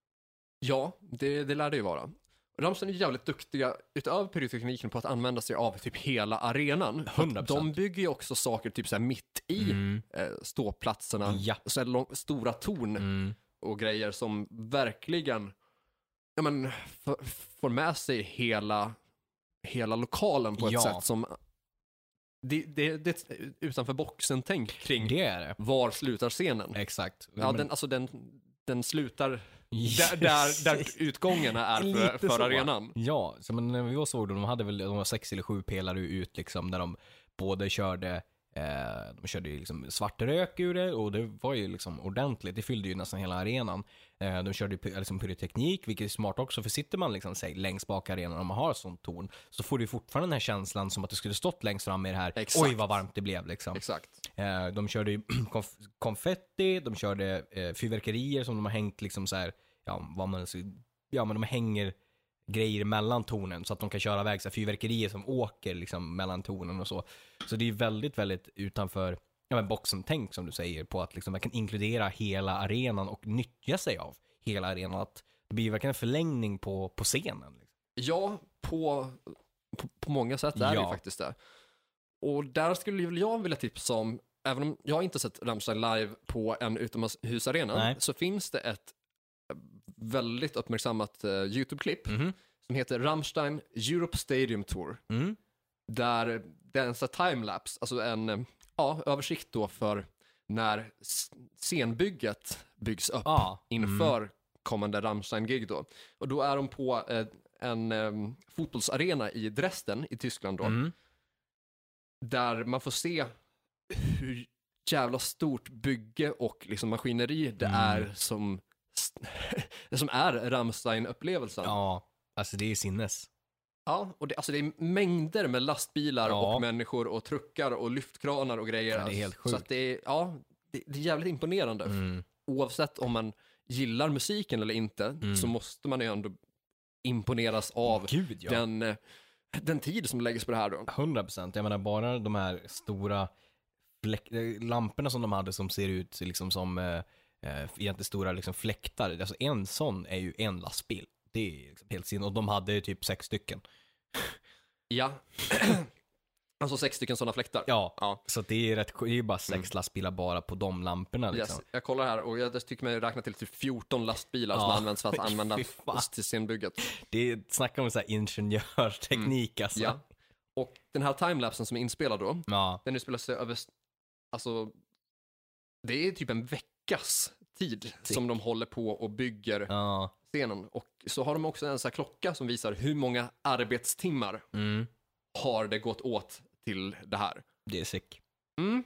Ja, det, det lär det ju vara. Rammstein är jävligt duktiga utöver pyrotekniken på att använda sig av typ hela arenan. För hundra att procent. de bygger ju också saker typ så här mitt i Mm. eh, ståplatserna. Ja. Så här lång, stora torn Mm. och grejer som verkligen ja, men, f- får med sig hela, hela lokalen på ett Ja. sätt som det, det, det är ett utanför boxen tänk kring Det är det. var slutar scenen. Exakt. Ja, Men- den, alltså den, den slutar där, där, där utgångarna är Lite för, för så. arenan. Ja, så men när vi var såg dem, de hade väl de var sex eller sju pelare ut liksom, där de både körde eh, de körde ju liksom svart rök ur det och det var ju liksom ordentligt, det fyllde ju nästan hela arenan. Eh, de körde ju liksom pyroteknik, vilket är smart också, för sitter man liksom säg, längst bak i arenan om man har sånt torn, så får du ju fortfarande den här känslan som att du skulle stått längst fram i det här. Exakt. Oj vad varmt det blev liksom. Exakt. Eh, de körde ju konf- konfetti, de körde eh, fyrverkerier som de har hängt liksom så här, ja, vad man, ja men de hänger grejer mellan tornen så att de kan köra iväg så här, fyrverkerier som åker liksom mellan tornen och så. Så det är väldigt, väldigt utanför ja, men boxen tänk som du säger på att liksom man kan inkludera hela arenan och nyttja sig av hela arenan. Att det blir verkligen en förlängning på, på scenen. Liksom. Ja, på, på, på många sätt är det ju Ja. faktiskt det. Och där skulle väl jag vilja tipsa om, även om jag inte sett Rammstein live på en utomhusarena, Nej. så finns det ett väldigt uppmärksammat uh, YouTube-klipp Mhm. som heter Rammstein Europe Stadium Tour. Mm. Där det är en sån här timelapse, alltså en eh, ja, översikt då för när s- scenbygget byggs upp Ja. inför kommande Rammstein-gig då. Och då är de på eh, en eh, fotbollsarena i Dresden i Tyskland då. Mm. Där man får se hur jävla stort bygge och liksom maskineri det Mm. är som, som är Rammstein-upplevelsen. Ja, alltså det är sinnes. Ja, och det, alltså det är mängder med lastbilar Ja. och människor och truckar och lyftkranar och grejer. Ja, det är helt Så sjukt. att det är, ja, det, det är jävligt imponerande. Mm. Oavsett om man gillar musiken eller inte, Mm. så måste man ju ändå imponeras av Gud, ja. den, eh, den tid som läggs på det här då. hundra procent. Jag menar bara de här stora fläck- eh, lamporna som de hade som ser ut liksom som eh, eh, egentligen stora liksom fläktar. Alltså en sån är ju en lastbil. Det är liksom helt sin. Och de hade typ sex stycken. Ja. Alltså sex stycken sådana fläktar. Ja, Ja. så det är rätt sj- det är ju bara sex lastbilar bara på de lamporna liksom. Yes. Jag kollar här och jag tycker mig räkna till typ fjorton lastbilar Ja. som används för att använda Fy fan. till scenbygget. Det är, snacka om så här ingenjörsteknik alltså. Ja. Och den här timelapsen som är inspelad då, Ja. den utspelar sig över, alltså, det är typ en veckas tid som de håller på och bygger Ja. scenen. Och så har de också en sån här klocka som visar hur många arbetstimmar Mm. har har det gått åt till det här. Det är sick. Mm.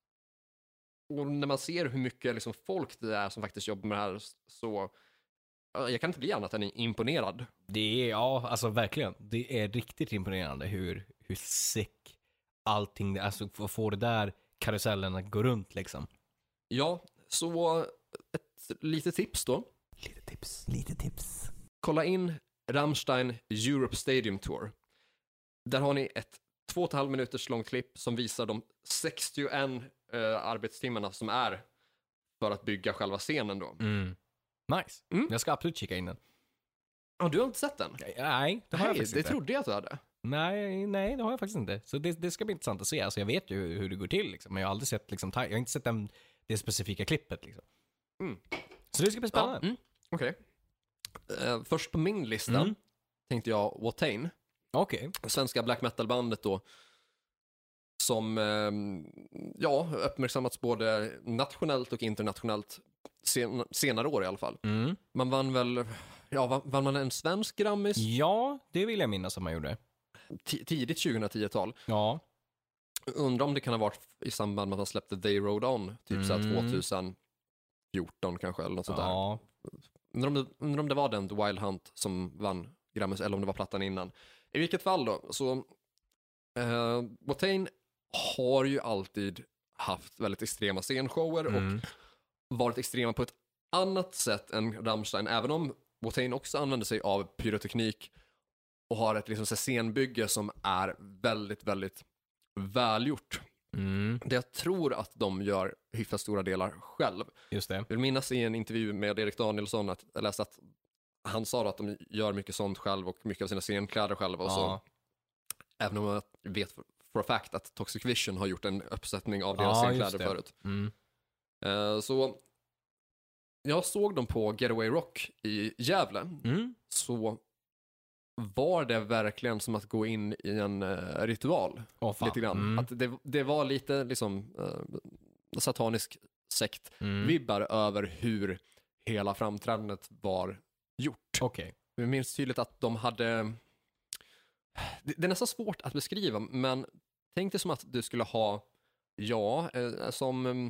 Och när man ser hur mycket liksom folk det är som faktiskt jobbar med det här, så ja, jag kan inte bli annat än imponerad. Det är, ja, alltså verkligen. Det är riktigt imponerande hur, hur sick allting det är. Alltså få få det där karusellen att gå runt liksom. Ja, så ett litet tips då. Lite tips, lite tips. Kolla in Rammstein Europe Stadium Tour. Där har ni ett två och en halv minuters långt klipp som visar de sextioen eh, arbetstimmarna som är för att bygga själva scenen då. Mm. Nice. Mm. Jag ska absolut kika in den. Ja, du har inte sett den? Nej, det har jag Nej, faktiskt det inte. trodde jag att du hade. Nej, nej, det har jag faktiskt inte. Så det, det ska bli intressant att se. Alltså jag vet ju hur det går till liksom. Men jag har aldrig sett liksom, jag har inte sett den, det specifika klippet liksom. Mm. Så det ska bli Ja, spännande. mm. Okej. Eh, först på min lista Mm. tänkte jag Watain. Okej. Svenska black metal-bandet då, som ehm, ja, uppmärksammats både nationellt och internationellt sen, senare år i alla fall. Mm. Man vann väl, ja, vann, vann man en svensk Grammis Ja, det vill jag minnas som man gjorde. T- tidigt tjugohundratiotal. Ja. Undrar om det kan ha varit i samband med att man släppte They Rode On, typ så här Mm. tjugofjorton kanske, eller något sånt där. Ja. Undrar om, det, undrar om det var den The Wild Hunt som vann Grammis, eller om det var plattan innan. I vilket fall då, så uh, Watain har ju alltid haft väldigt extrema scenshower Mm. och varit extrema på ett annat sätt än Rammstein, även om Watain också använder sig av pyroteknik och har ett liksom, så här, scenbygge som är väldigt, väldigt välgjort. Mm. Det jag tror att de gör hyfsat stora delar själv. Just det. Jag vill minnas i en intervju med Erik Danielsson att jag läste att han sa att de gör mycket sånt själv och mycket av sina scenkläder själva och så. Ja. Även om jag vet for, for a fact att Toxic Vision har gjort en uppsättning av deras Ja, just scenkläder det. förut. Mm. Eh, så jag såg dem på Getaway Rock i Gävle. Mm. Så var det verkligen som att gå in i en eh, ritual. Åh, fan. Lite grann. Mm. Att det, det var lite liksom eh, satanisk sekt Mm. vibbar över hur hela framträdandet var gjort. Okej. Jag minns tydligt att de hade... Det, det är nästan svårt att beskriva, men tänk dig som att du skulle ha, ja, eh, som... eh,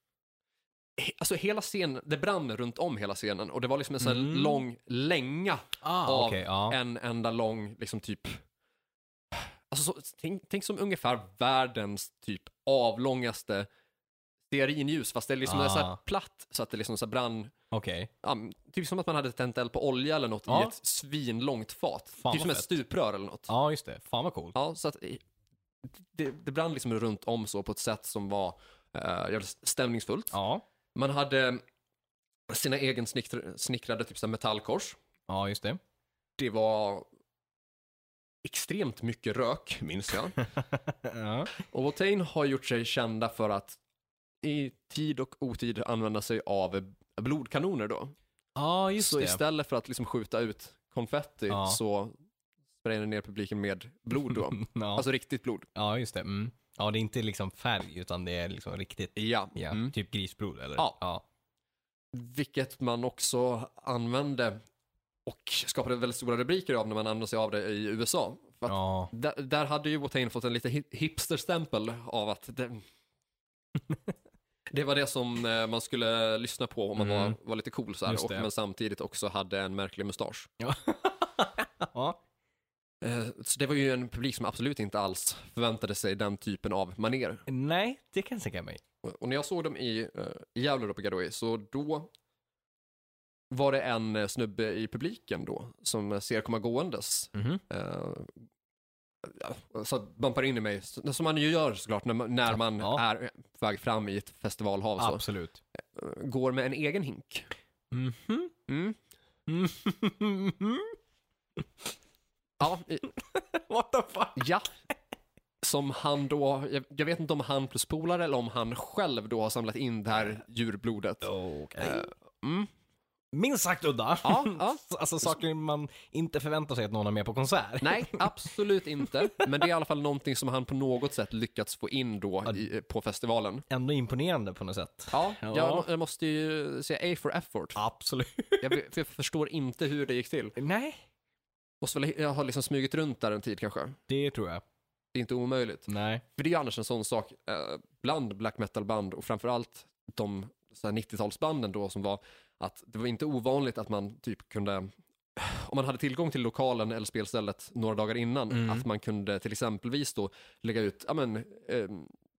he- Alltså hela scenen, det brann runt om hela scenen och det var liksom en sån här Mm. lång länga Ah, av okej, ja. en enda lång, liksom typ... Alltså så, tänk, tänk som ungefär världens typ avlångaste stearinljus, fast det är liksom Ah. så här platt så att det liksom så här brann, Okej. ja, typ som att man hade tänt eld på olja eller något Ja. i ett svinlångt fat. Fan typ vad som ett fett. stuprör eller något. Ja, just det. Fan vad coolt. Ja, så att eh, det, det brann liksom runt om så på ett sätt som var eh, jävligt stämningsfullt. Ja. Man hade sina egen snickr- snickrade typ så här metallkors. Ja, just det. Det var extremt mycket rök, minns jag. ja. Och Watain har gjort sig kända för att i tid och otid använda sig av blodkanoner då. Ja, just Så det. istället för att liksom skjuta ut konfetti Ja. så sprayar den ner publiken med blod då. ja. Alltså riktigt blod. ja, just det. Mm. Ja, det är inte liksom färg, utan det är liksom riktigt, Ja. ja, Mm. typ grisblod, eller? Ja. ja. Vilket man också använde och skapade väldigt stora rubriker av när man använde sig av det i U S A. För att Ja. där, där hade ju Watain fått en lite hi- hipsterstämpel av att det, Det var det som eh, man skulle lyssna på om man Mm. var, var lite cool så här, Just och, det. men samtidigt också hade en märklig mustasch. Ja. Ja. Eh, så det var ju en publik som absolut inte alls förväntade sig den typen av manér. Nej, det kan jag tänka mig. Och, och när jag såg dem i, eh, i Gävle då på Gadway, så då var det en eh, snubbe i publiken då som ser komma gåendes. Mhm. Eh, ja, så bumpar in i mig, så- som man ju gör såklart när man, när man Ja. är på väg fram i ett festivalhav. Så, Absolut. eh, går med en egen hink. Mhm. Mm. Mhm. Ja, i- What the fuck? ja. Som han då, jag, jag vet inte om han plus polare eller om han själv då har samlat in det här djurblodet. Okej. Eh, mm. Minst sagt udda. Ja, ja. Alltså saker man inte förväntar sig att någon har med på konsert. Nej, absolut inte. Men det är i alla fall någonting som han på något sätt lyckats få in då Ja. i, på festivalen. Ändå imponerande på något sätt. Ja, Ja. Jag, jag måste ju säga A for effort. Absolut. Jag, för jag förstår inte hur det gick till. Nej, Måste väl, jag har liksom smugit runt där en tid kanske. det tror jag. Det är inte omöjligt. Nej. För det är ju annars en sån sak eh, bland black metal-band och framförallt de så här nittiotalsbanden då som var att det var inte ovanligt att man typ kunde, om man hade tillgång till lokalen eller spelstället några dagar innan, Mm. att man kunde till exempelvis då lägga ut ja, men, eh,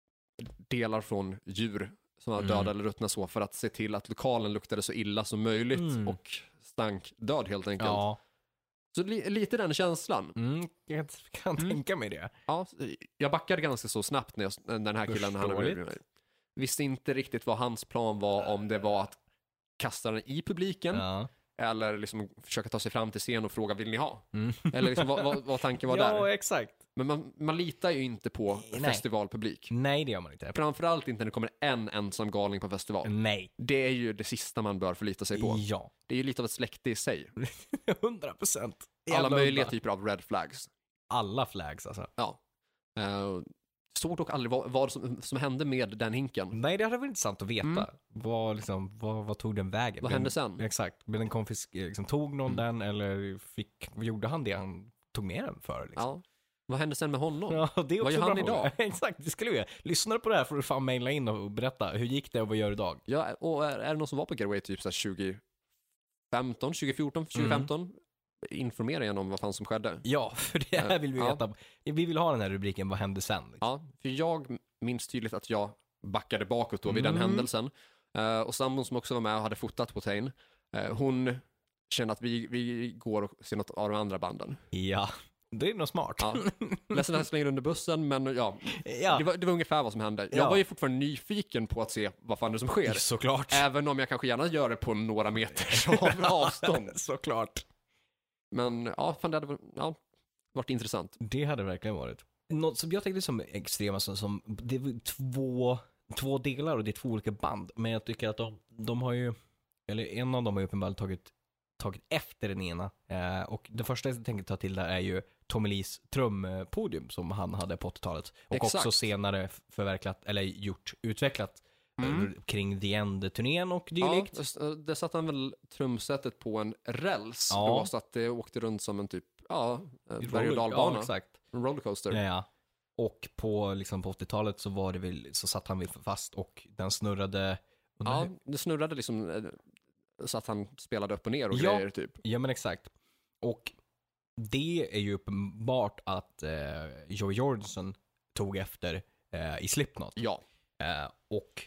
delar från djur som var Mm. döda eller ruttna så för att se till att lokalen luktade så illa som möjligt Mm. och stank död helt enkelt. Ja. Så li- lite den känslan. Mm, jag kan Mm. tänka mig det. Ja, jag backade ganska så snabbt när, jag, när den här killen han Förståeligt. visste inte riktigt vad hans plan var, om det var att kasta den i publiken Ja. eller liksom försöka ta sig fram till scen och fråga vill ni ha? Mm. Eller liksom, vad, vad, vad tanken var Ja, där. exakt. Men man, man litar ju inte på Nej. festivalpublik. Nej, det gör man inte. Framförallt inte när det kommer en ensam galning på festival. Nej. Det är ju det sista man bör förlita sig på. Ja. Det är ju lite av ett släkte i sig. Hundra procent. Alla möjliga typer av red flags. Alla flags alltså. Ja. Uh, såg dock aldrig vad, vad som, som hände med den hinken. Nej, det hade varit intressant att veta. Mm. Vad, liksom, vad, vad tog den vägen? Vad Men- hände sen? Exakt. Men den konfisk, liksom, tog någon Mm. den eller fick, gjorde han det han tog med den för? Liksom? Ja. Vad hände sen med honom? Ja, det är också Vad gör bra han fråga. idag? Exakt, det skulle vi göra. Lyssnar du på det här får du fan mejla in och berätta. Hur gick det och vad gör du idag? Ja, och är, är det någon som var på Getaway typ så här tjugo femton, tjugo fjorton, tjugo femton? Informera igen om vad fan som skedde. Ja, för det här vill vi Ja. veta. Vi vill ha den här rubriken, vad hände sen? Liksom. Ja, för jag minns tydligt att jag backade bakåt då vid den Mm. händelsen. Eh, och sambon som också var med och hade fotat på Tain, uh, hon kände att vi, vi går och ser något av de andra banden. Ja, det är nog smart. Ja. Ledsen att jag slänger under bussen, men ja, Ja. det, var, det var ungefär vad som hände. Jag Ja. var ju fortfarande nyfiken på att se vad fan det är som sker. Såklart. Även om jag kanske gärna gör det på några meters av- avstånd. Såklart. Men ja, fan det hade varit- ja, varit intressant. Det hade verkligen varit. Något som jag tänkte som extrema, som, som det är två, två delar och det är två olika band. Men jag tycker att de, de har ju, eller en av dem har ju uppenbarligen tagit, tagit efter den ena. Eh, och det första jag tänkte ta till där är ju Tommy Lees trumpodium som han hade på åttiotalet. Och Exakt. också senare förverkligat, eller gjort, utvecklat Mm. eh, kring The End-turnén och Ja, dylikt. det, det satte han väl trumsetet på en räls Ja. då, så att det åkte runt som en typ, ja, en berg- och Ja, dalbana. exakt. En rollercoaster. Ja, ja. Och på, liksom, på åttiotalet så var det väl, så satt han väl fast och den snurrade. Och Ja, den- det snurrade liksom eh, så att han spelade upp och ner och Ja. grejer typ. ja men exakt. Och det är ju uppenbart att eh, Joey Jordison tog efter eh, i Slipknot. Ja, Eh, och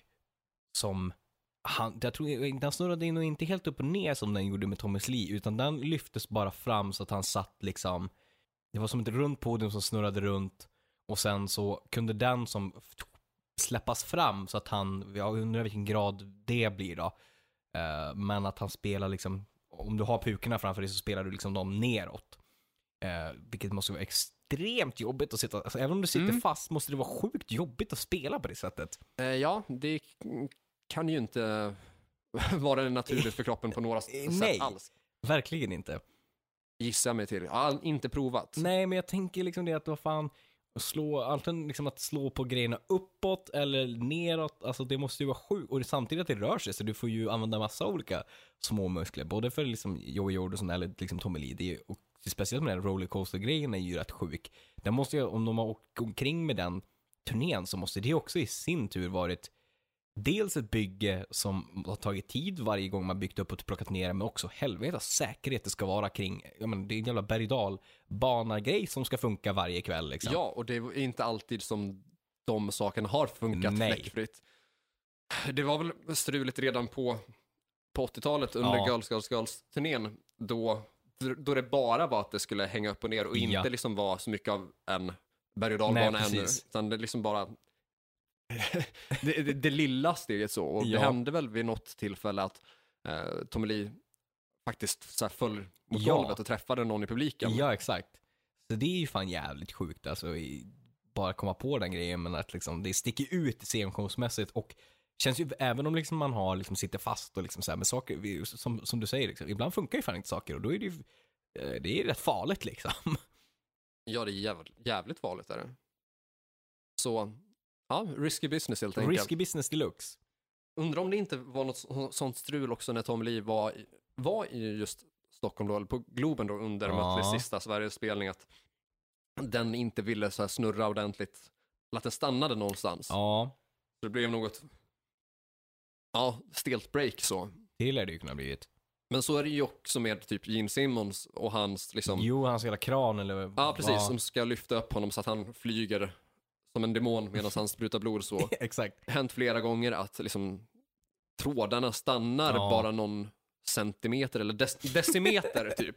som han, jag tror, den snurrade nog inte helt upp och ner som den gjorde med Thomas Lee, utan den lyftes bara fram så att han satt liksom, det var som ett runt podium som snurrade runt och sen så kunde den som släppas fram så att han, jag undrar vilken grad det blir då, eh, men att han spelar liksom, om du har pukorna framför dig så spelar du liksom dem neråt. Eh, vilket måste vara extremt jobbigt att sitta, alltså, även om du sitter Mm. fast måste det vara sjukt jobbigt att spela på det sättet. eh, ja det k- kan ju inte vara naturligt för kroppen på några s- Eh, sätt nej. alls. Verkligen inte. Gissar jag mig till. Ja, inte provat. Nej, men jag tänker liksom det att vad fan, slå, antingen liksom att slå på grejerna uppåt eller neråt, alltså det måste ju vara sjukt. Och det, samtidigt att det rör sig, så du får ju använda massa olika små muskler, både för liksom Joey Jordison eller liksom Tommy Lee. Det är ju, och speciellt med den rollercoaster-grejen är ju rätt sjuk. Den måste ju, om de har åkt omkring med den turnén så måste det också i sin tur varit dels ett bygge som har tagit tid varje gång man byggt upp och plockat ner, men också helvete säkerhet det ska vara kring, ja men det är en jävla berg-och-dal-bana-grej som ska funka varje kväll liksom. Ja, och det är inte alltid som de sakerna har funkat Nej. fläckfritt. Det var väl struligt redan på, på åttiotalet under Ja. Girls, Girls, Girls-turnén då, då det bara var att det skulle hänga upp och ner och inte Ja. liksom var så mycket av en berg- och dalbana Nej, ännu, precis. utan det liksom bara det, det, det lilla steget så, och Ja. det hände väl vid något tillfälle att eh, Tommy Lee faktiskt så här föll mot Ja. golvet och träffade någon i publiken. Ja, exakt. Så det är ju fan jävligt sjukt alltså, i, bara komma på den grejen, men att liksom, det sticker ut scenshowsmässigt och känns ju, även om liksom man har liksom sitter fast och liksom så här med saker, vi- som, som du säger, liksom, ibland funkar ju fan inte saker och då är det ju eh, det är rätt farligt liksom. Ja, det är jävligt, jävligt farligt är det. Så, ja, risky business helt enkelt. Risky business deluxe. Undrar om det inte var något så- sånt strul också när Tommy Lee var i, var i just Stockholm då, eller på Globen då under Ja. Mötleys sista Sverigespelning, att den inte ville så här snurra ordentligt, eller att den stannade någonstans. Ja, Så det blev något, ja, stelt break så. det lär det ju kunna blivit. Men så är det ju också med typ Gene Simmons och hans liksom, Jo, hans hela kran eller ja precis, vad- som ska lyfta upp honom så att han flyger som en demon medan han sprutar blod så. Exakt. Hänt flera gånger att liksom trådarna stannar Ja. bara någon centimeter eller dec- decimeter typ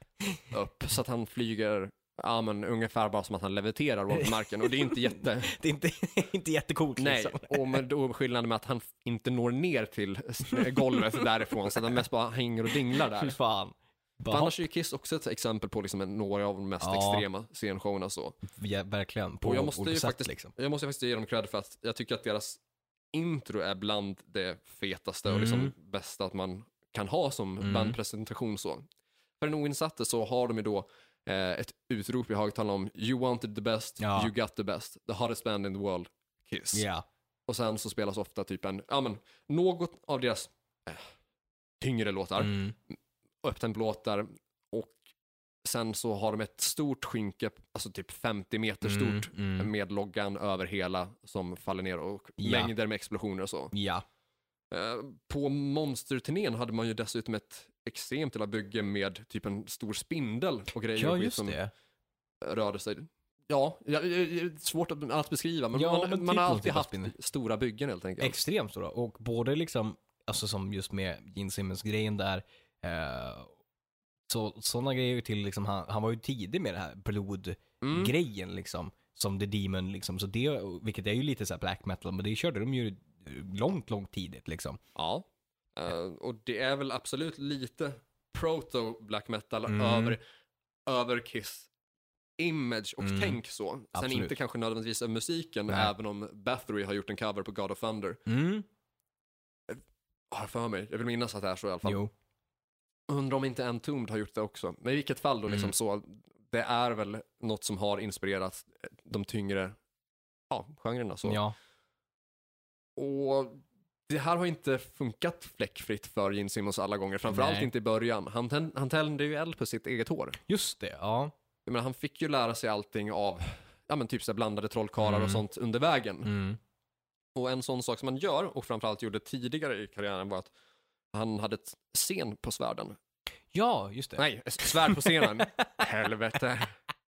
upp, så att han flyger, ja men ungefär bara som att han leviterar på marken, och det är inte jätte Det är inte, inte jättecoolt nej, liksom. och med då skillnaden med att han inte når ner till golvet därifrån, så att han mest bara hänger och dinglar Fy där. fan. För Bara, annars är ju Kiss också ett exempel på liksom en- några av de mest Ja. extrema scenshowerna så. ja, verkligen. På Och jag måste olika ju sätt, faktiskt- liksom. Jag måste faktiskt ge dem cred för att jag tycker att deras intro är bland det fetaste och Mm. liksom bästa att man kan ha som Mm. bandpresentation så. För den oinsatte så har de ju då eh, ett utrop i högtalaren om You wanted the best, Ja. you got the best, the hottest band in the world, Kiss. Ja. Och sen så spelas ofta typ en, ja men, något av deras eh, tyngre låtar, Mm. upptemplåtar, och sen så har de ett stort skynke, alltså typ femtio meter stort, Mm. Mm. med loggan över hela som faller ner och Ja. mängder med explosioner och så. Ja. Eh, På Monster-turnén hade man ju dessutom ett extremt jävla bygge med typ en stor spindel och grejer Ja, och skit just som det. rörde sig. Ja, ja, det är svårt att, att beskriva, men Ja, man, men man typ har någon alltid typ av haft spindel. stora byggen helt enkelt. Extremt stora. Och både liksom, alltså som just med Gene Simmons-grejen där, eh, så, sådana grejer till liksom, han, han var ju tidig med det här blodgrejen Mm. liksom, som The Demon liksom, så det, vilket är ju lite så här black metal, men det körde de ju långt, långt tidigt liksom. Ja, Eh, och det är väl absolut lite proto black metal Mm. över, över Kiss image och Mm. tänk så. Sen Absolut. inte kanske nödvändigtvis av musiken, Nej. även om Bathory har gjort en cover på God of Thunder. Mm. Har jag för mig, jag vill minnas att det är så i alla fall. Jo. Undrar om inte Entombed har gjort det också. Men i vilket fall då liksom Mm. så, det är väl något som har inspirerat de tyngre, ja, genrerna så. Ja. Och det här har inte funkat fläckfritt för Gene Simmons alla gånger, framförallt Nej. inte i början. Han, tänd, han tände ju eld på sitt eget hår. Just det, ja. Jag menar, han fick ju lära sig allting av, ja men typ så här blandade trollkarlar Mm. och sånt under vägen. Mm. Och en sån sak som man gör, och framförallt gjorde tidigare i karriären, var att han hade ett scen på svärden. Ja, just det. Nej, ett svärd på scenen. Helvete.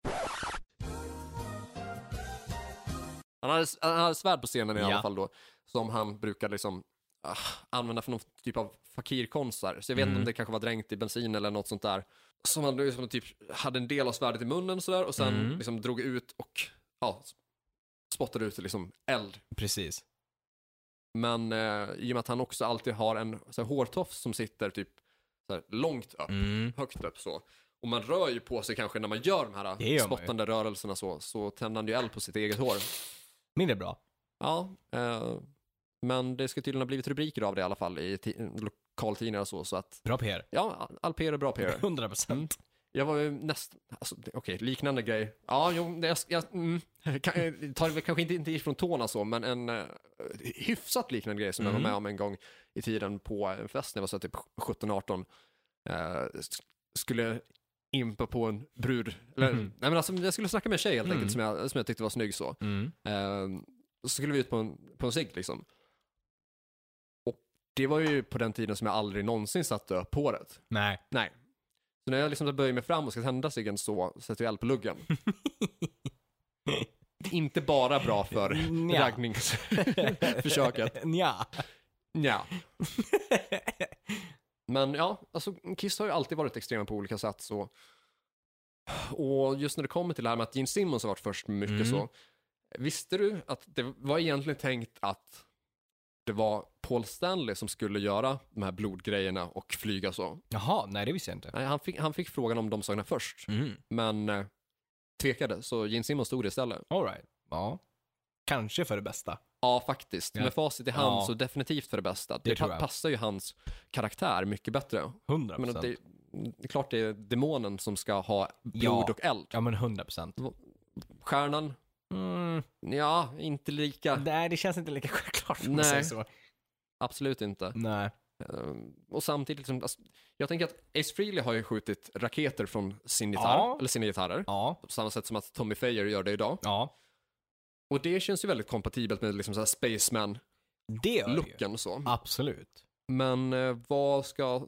Han hade, han hade svärd på scenen i Ja. alla fall då, som han brukar liksom ah, använda för någon typ av fakirkonst där. Så jag vet inte Mm. om det kanske var dränkt i bensin eller något sånt där. Som han liksom typ hade en del av svärdet i munnen sådär, och sen Mm. liksom drog ut och ja, spottade ut liksom eld. Precis. Men eh, i och med att han också alltid har en så här, hårtofs som sitter typ så här, långt upp, Mm. högt upp så. Och man rör ju på sig kanske när man gör de här Det gör man ju. spottande rörelserna så, så tänder han ju eld på sitt eget hår. Mindre bra. Ja, eh, men det ska tydligen ha blivit rubriker av det i alla fall i ti- lokaltidningar och så, så att Bra P R. ja, all P R är bra P R. hundra procent. Jag var ju näst, alltså det- okej, liknande grej. Ja, jo, det, jag, jag mm, kan, eh, tar det väl kanske inte, inte ifrån tårna så, men en uh, hyfsat liknande grej som jag Mm. var med om en gång i tiden på en fest när jag var så typ sjutton arton. Eh, sk- skulle impa på en brud. Eller, Mhm. nej men alltså, jag skulle snacka med en tjej helt Mm. enkelt som jag, som jag tyckte var snygg så. Mm. Eh, så skulle vi ut på en, på en cigg liksom. Och det var ju på den tiden som jag aldrig någonsin satte upp håret. Nej. Nej. Så när jag liksom böjer mig fram och ska tända ciggen så sätter jag eld på luggen. Inte bara bra för Nja. raggningsförsöket. Nja. Ja. Men ja, alltså Kiss har ju alltid varit extrema på olika sätt så. Och just när det kommer till det här med att Gene Simmons har varit först med mycket Mm. så. Visste du att det var egentligen tänkt att det var Paul Stanley som skulle göra de här blodgrejerna och flyga så? Jaha, nej det visste jag inte. Nej, han fick, han fick frågan om de sakerna först. Mm. Men eh, tvekade, så Gene Simmons stod det istället. All right. Ja. Kanske för det bästa. Ja, faktiskt. Ja. Med facit i hand Ja. så definitivt för det bästa. Det Det, tror pa- jag. passar ju hans karaktär mycket bättre. hundra Men procent. det, det är klart det är demonen som ska ha blod Ja. och eld. Ja, men hundra procent. Stjärnan, Mm. ja, inte lika. Nej, det känns inte lika självklart om man Nej. säger så. Absolut inte. Nej. Ehm, och samtidigt, liksom, alltså, jag tänker att Ace Frehley har ju skjutit raketer från sin gitarr, Ja. eller sina gitarrer. Ja. På samma sätt som att Tommy Fayer gör det idag. Ja. Och det känns ju väldigt kompatibelt med liksom så här Spaceman-looken Det gör det ju. så. Absolut. Men eh, vad ska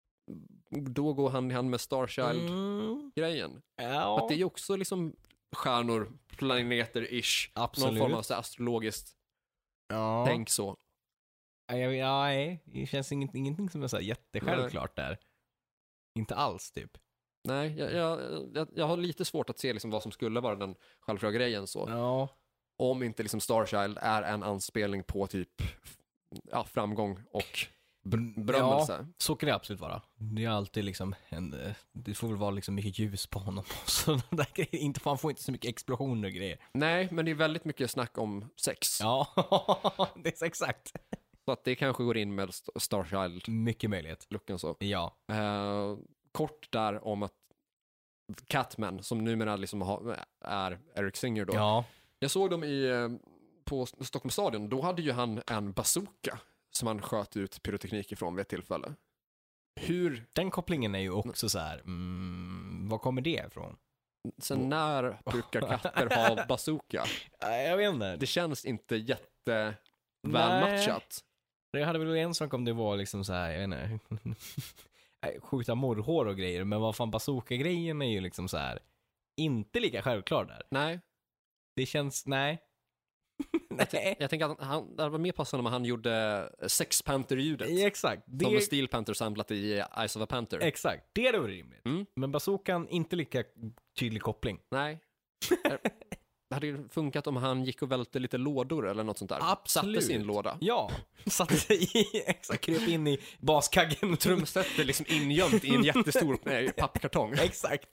då gå hand i hand med Starchild-grejen? Mm. Ja. Att det är ju också liksom stjärnor, planeter-ish. Absolut. Någon form av så här astrologiskt Ja. tänk så. Ja, ja, nej. Det känns inget, ingenting som är så här jättesjälvklart där. Inte alls, typ. Nej, jag, jag, jag, jag har lite svårt att se liksom vad som skulle vara den självklara grejen så. Ja. Om inte liksom Starchild är en anspelning på typ ja, framgång och br- berömmelse. Ja, så kan det absolut vara. Det är alltid liksom en, eh, det får väl vara liksom mycket ljus på honom och sådana där grejer. Inte, fan får inte så mycket explosioner och grejer. Nej, men det är väldigt mycket snack om sex. Ja, det är så exakt. Så att det kanske går in med St- Starchild-looken Mycket möjlighet. så. Ja. Eh, kort där om att Catman, som numera liksom har, är Eric Singer då. Ja. Jag såg dem i, eh, på Stockholms stadion, då hade ju han en bazooka som han sköt ut pyroteknik ifrån vid ett tillfälle. Hur, Den kopplingen är ju också så här, mm, var kommer det ifrån? sen när brukar katter ha bazooka? Nej, jag vet inte. Det känns inte jätte Nej. välmatchat. Det hade väl varit en sak om det var liksom så här, jag vet inte, nej, skjuta morrhår och grejer, men vad fan, bazooka-grejen är ju liksom så här inte lika självklar där. Nej, Det känns, nej. jag, nej. jag tänker att han, det var mer passande om han gjorde Sex Panther-ljudet. Ja, exakt. Som Det, Steel Panther samlat i Eyes of a Panther. exakt. Det hade varit rimligt. Mm. Men bazookan, inte lika tydlig koppling. Nej. Det hade ju funkat om han gick och välte lite lådor eller något sånt där. Absolut. Satte sin låda. Ja, satte sig i, exakt, kröp in i baskaggen. Trumsetet liksom ingömt i en jättestor nej, pappkartong. Exakt.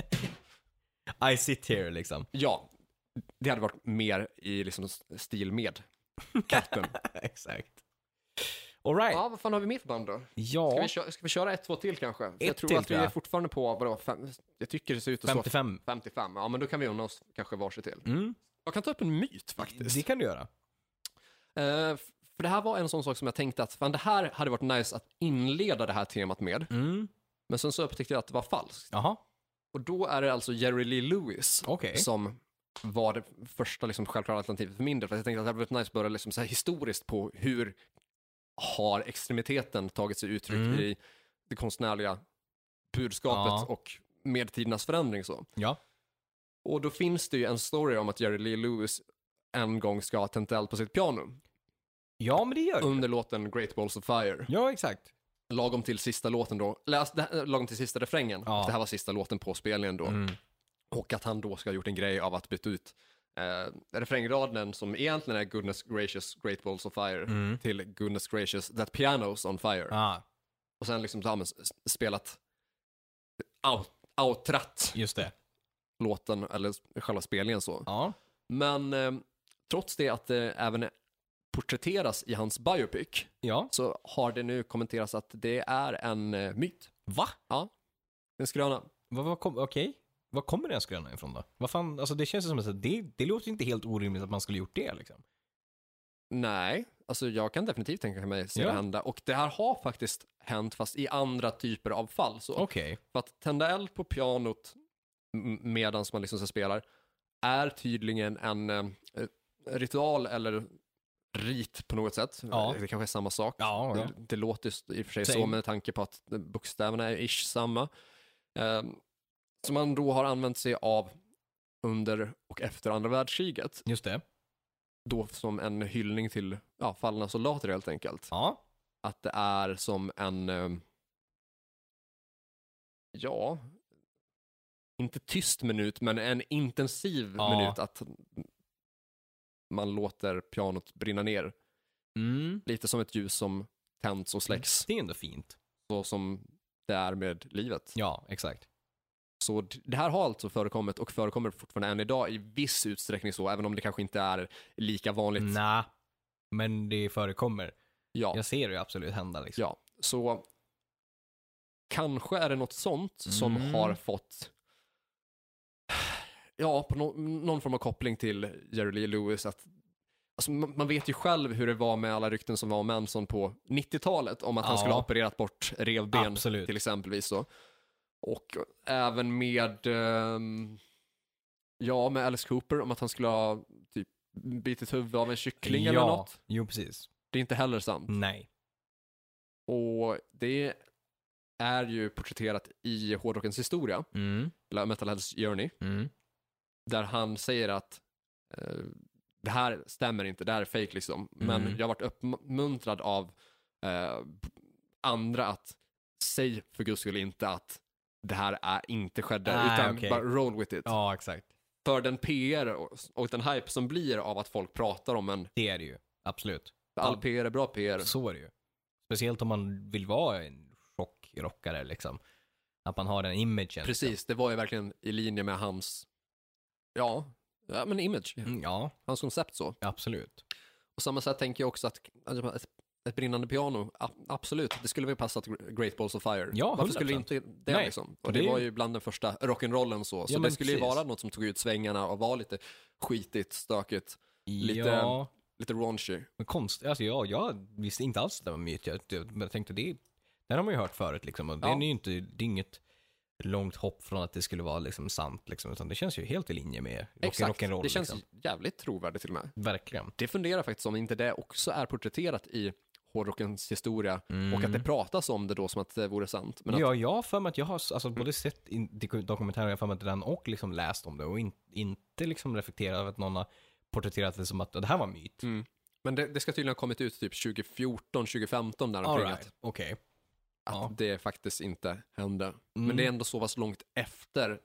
I sit here liksom. Ja, det hade varit mer i liksom stil med katten. Exakt. All right. Ja, vad fan har vi mer för band då? Ja, Ska vi, köra, ska vi köra ett, två till kanske? För Ett jag tror till, att vi tror jag. är fortfarande på, vadå, fem, jag tycker det ser ut att stå femtiofem. femtiofem. Ja, men då kan vi unna oss kanske varsitt till. Mm. Jag kan ta upp en myt faktiskt. Det kan du göra. Eh, för det här var en sån sak som jag tänkte att fan, det här hade varit nice att inleda det här temat med. Mm. Men sen så upptäckte jag att det var falskt. Jaha, Och då är det alltså Jerry Lee Lewis okej. som var det första liksom, självklara alternativet för min del. För jag tänkte att det hade varit nice att börja liksom, så här, historiskt på hur har extremiteten tagit sig uttryck Mm. i det konstnärliga budskapet Ja. och medtidernas förändring. Så. Ja. Och då finns det ju en story om att Jerry Lee Lewis en gång ska ha tänt eld på sitt piano Ja, men det gör det. under låten Great Balls of Fire. Ja, exakt. Lagom till sista låten då, läs, det här, lagom till sista refrängen. Ja. Det här var sista låten på spelningen då. Mm. Och att han då ska ha gjort en grej av att byta ut eh, refrängraden som egentligen är Goodness Gracious Great Balls of Fire Mm. till Goodness Gracious That Piano's on Fire. Ah, Och sen liksom ja, men, s- spelat out, outrat just det. låten eller själva spelningen så. Ja. Men eh, trots det att det även porträtteras i hans biopic Ja. så har det nu kommenterats att det är en eh, myt. Va? En skröna. Vad, vad kom, okej. Var kommer den skrönan ifrån då? Vad fan, alltså det känns som att det, det låter inte helt orimligt att man skulle gjort det liksom. Nej, alltså jag kan definitivt tänka mig se Ja. det hända. Och det här har faktiskt hänt fast i andra typer av fall. Så. Okej. För att tända eld på pianot medan man liksom så spelar är tydligen en eh, ritual eller rit på något sätt. Ja. Det kanske är samma sak. Ja, ja. Det, det låter just i och för sig Same. så med tanke på att bokstäverna är ish samma. Eh, som man då har använt sig av under och efter andra världskriget. Just det. Då som en hyllning till ja, fallna soldater helt enkelt. Ja. Att det är som en eh, ja inte tyst minut men en intensiv Ja. minut att man låter pianot brinna ner. Mm. Lite som ett ljus som tänds och släcks. Det är ändå fint. Så som det är med livet. Ja, exakt. Så d- det här har alltså förekommit och förekommer fortfarande än idag i viss utsträckning så, även om det kanske inte är lika vanligt. Nej, men det förekommer. Ja, Jag ser det absolut hända liksom. ja. Så kanske är det något sånt som Mm. har fått ja, på no- någon form av koppling till Jerry Lee Lewis att alltså, man, man vet ju själv hur det var med alla rykten som var om Manson på nittiotalet om att han Ja. skulle ha opererat bort revben Absolut. till exempelvis så. Och även med ehm, ja, med Alice Cooper om att han skulle ha typ bitit huvudet av en kyckling eller Ja, något. jo precis. Det är inte heller sant. Nej. Och det är ju porträtterat i hårdrockens historia, Mm. eller Metalheads Journey, Mm. där han säger att eh, det här stämmer inte, det här är fake liksom. Men Mm. jag har varit uppmuntrad av eh, andra att säg för guds skull inte att det här är inte skedde, Nej, utan okej. bara roll with it. Ja, exakt. För den P R och, och den hype som blir av att folk pratar om en, Det är det ju. Absolut. all P R är bra P R. Så är det ju. Speciellt om man vill vara en rockrockare liksom. Att man har den imagen. Precis, det var ju verkligen i linje med hans, ja, ja men image, Liksom. Mm, ja, hans koncept så. absolut. Och samma sätt tänker jag också att alltså, ett, ett brinnande piano, a, absolut, det skulle väl passa till Great Balls of Fire. Ja, Varför skulle hundra procent. inte det Nej, liksom? och Och det det är- var ju bland den första rock'n'rollen så. Så Ja, det men skulle ju precis. vara något som tog ut svängarna och var lite skitigt, stökigt, Lite- Ja, lite raunchy. men konst, alltså jag, jag visste inte alls att det var myt. Jag, jag, jag tänkte det, den har man ju hört förut liksom. Och Ja. det är ju inte, det är inget långt hopp från att det skulle vara liksom sant liksom. Utan det känns ju helt i linje med rock, Exakt, rock'n'roll det känns liksom. jävligt trovärdigt till och med. Verkligen. Det funderar faktiskt om inte det också är porträtterat i hårdrockens historia Mm. och att det pratas om det då som att det vore sant. Men att, Ja, jag har för mig att jag har alltså, både sett in, dokumentärer, jag har för mig att den och liksom läst om det och in, inte liksom reflekterat över att någon har porträtterat det som att det här var myt. mm. men det, det ska tydligen ha kommit ut typ tjugo fjorton tjugo femton där omkring All att, right. Okej. att Ja. det faktiskt inte hände. Mm. Men det är ändå så pass långt efter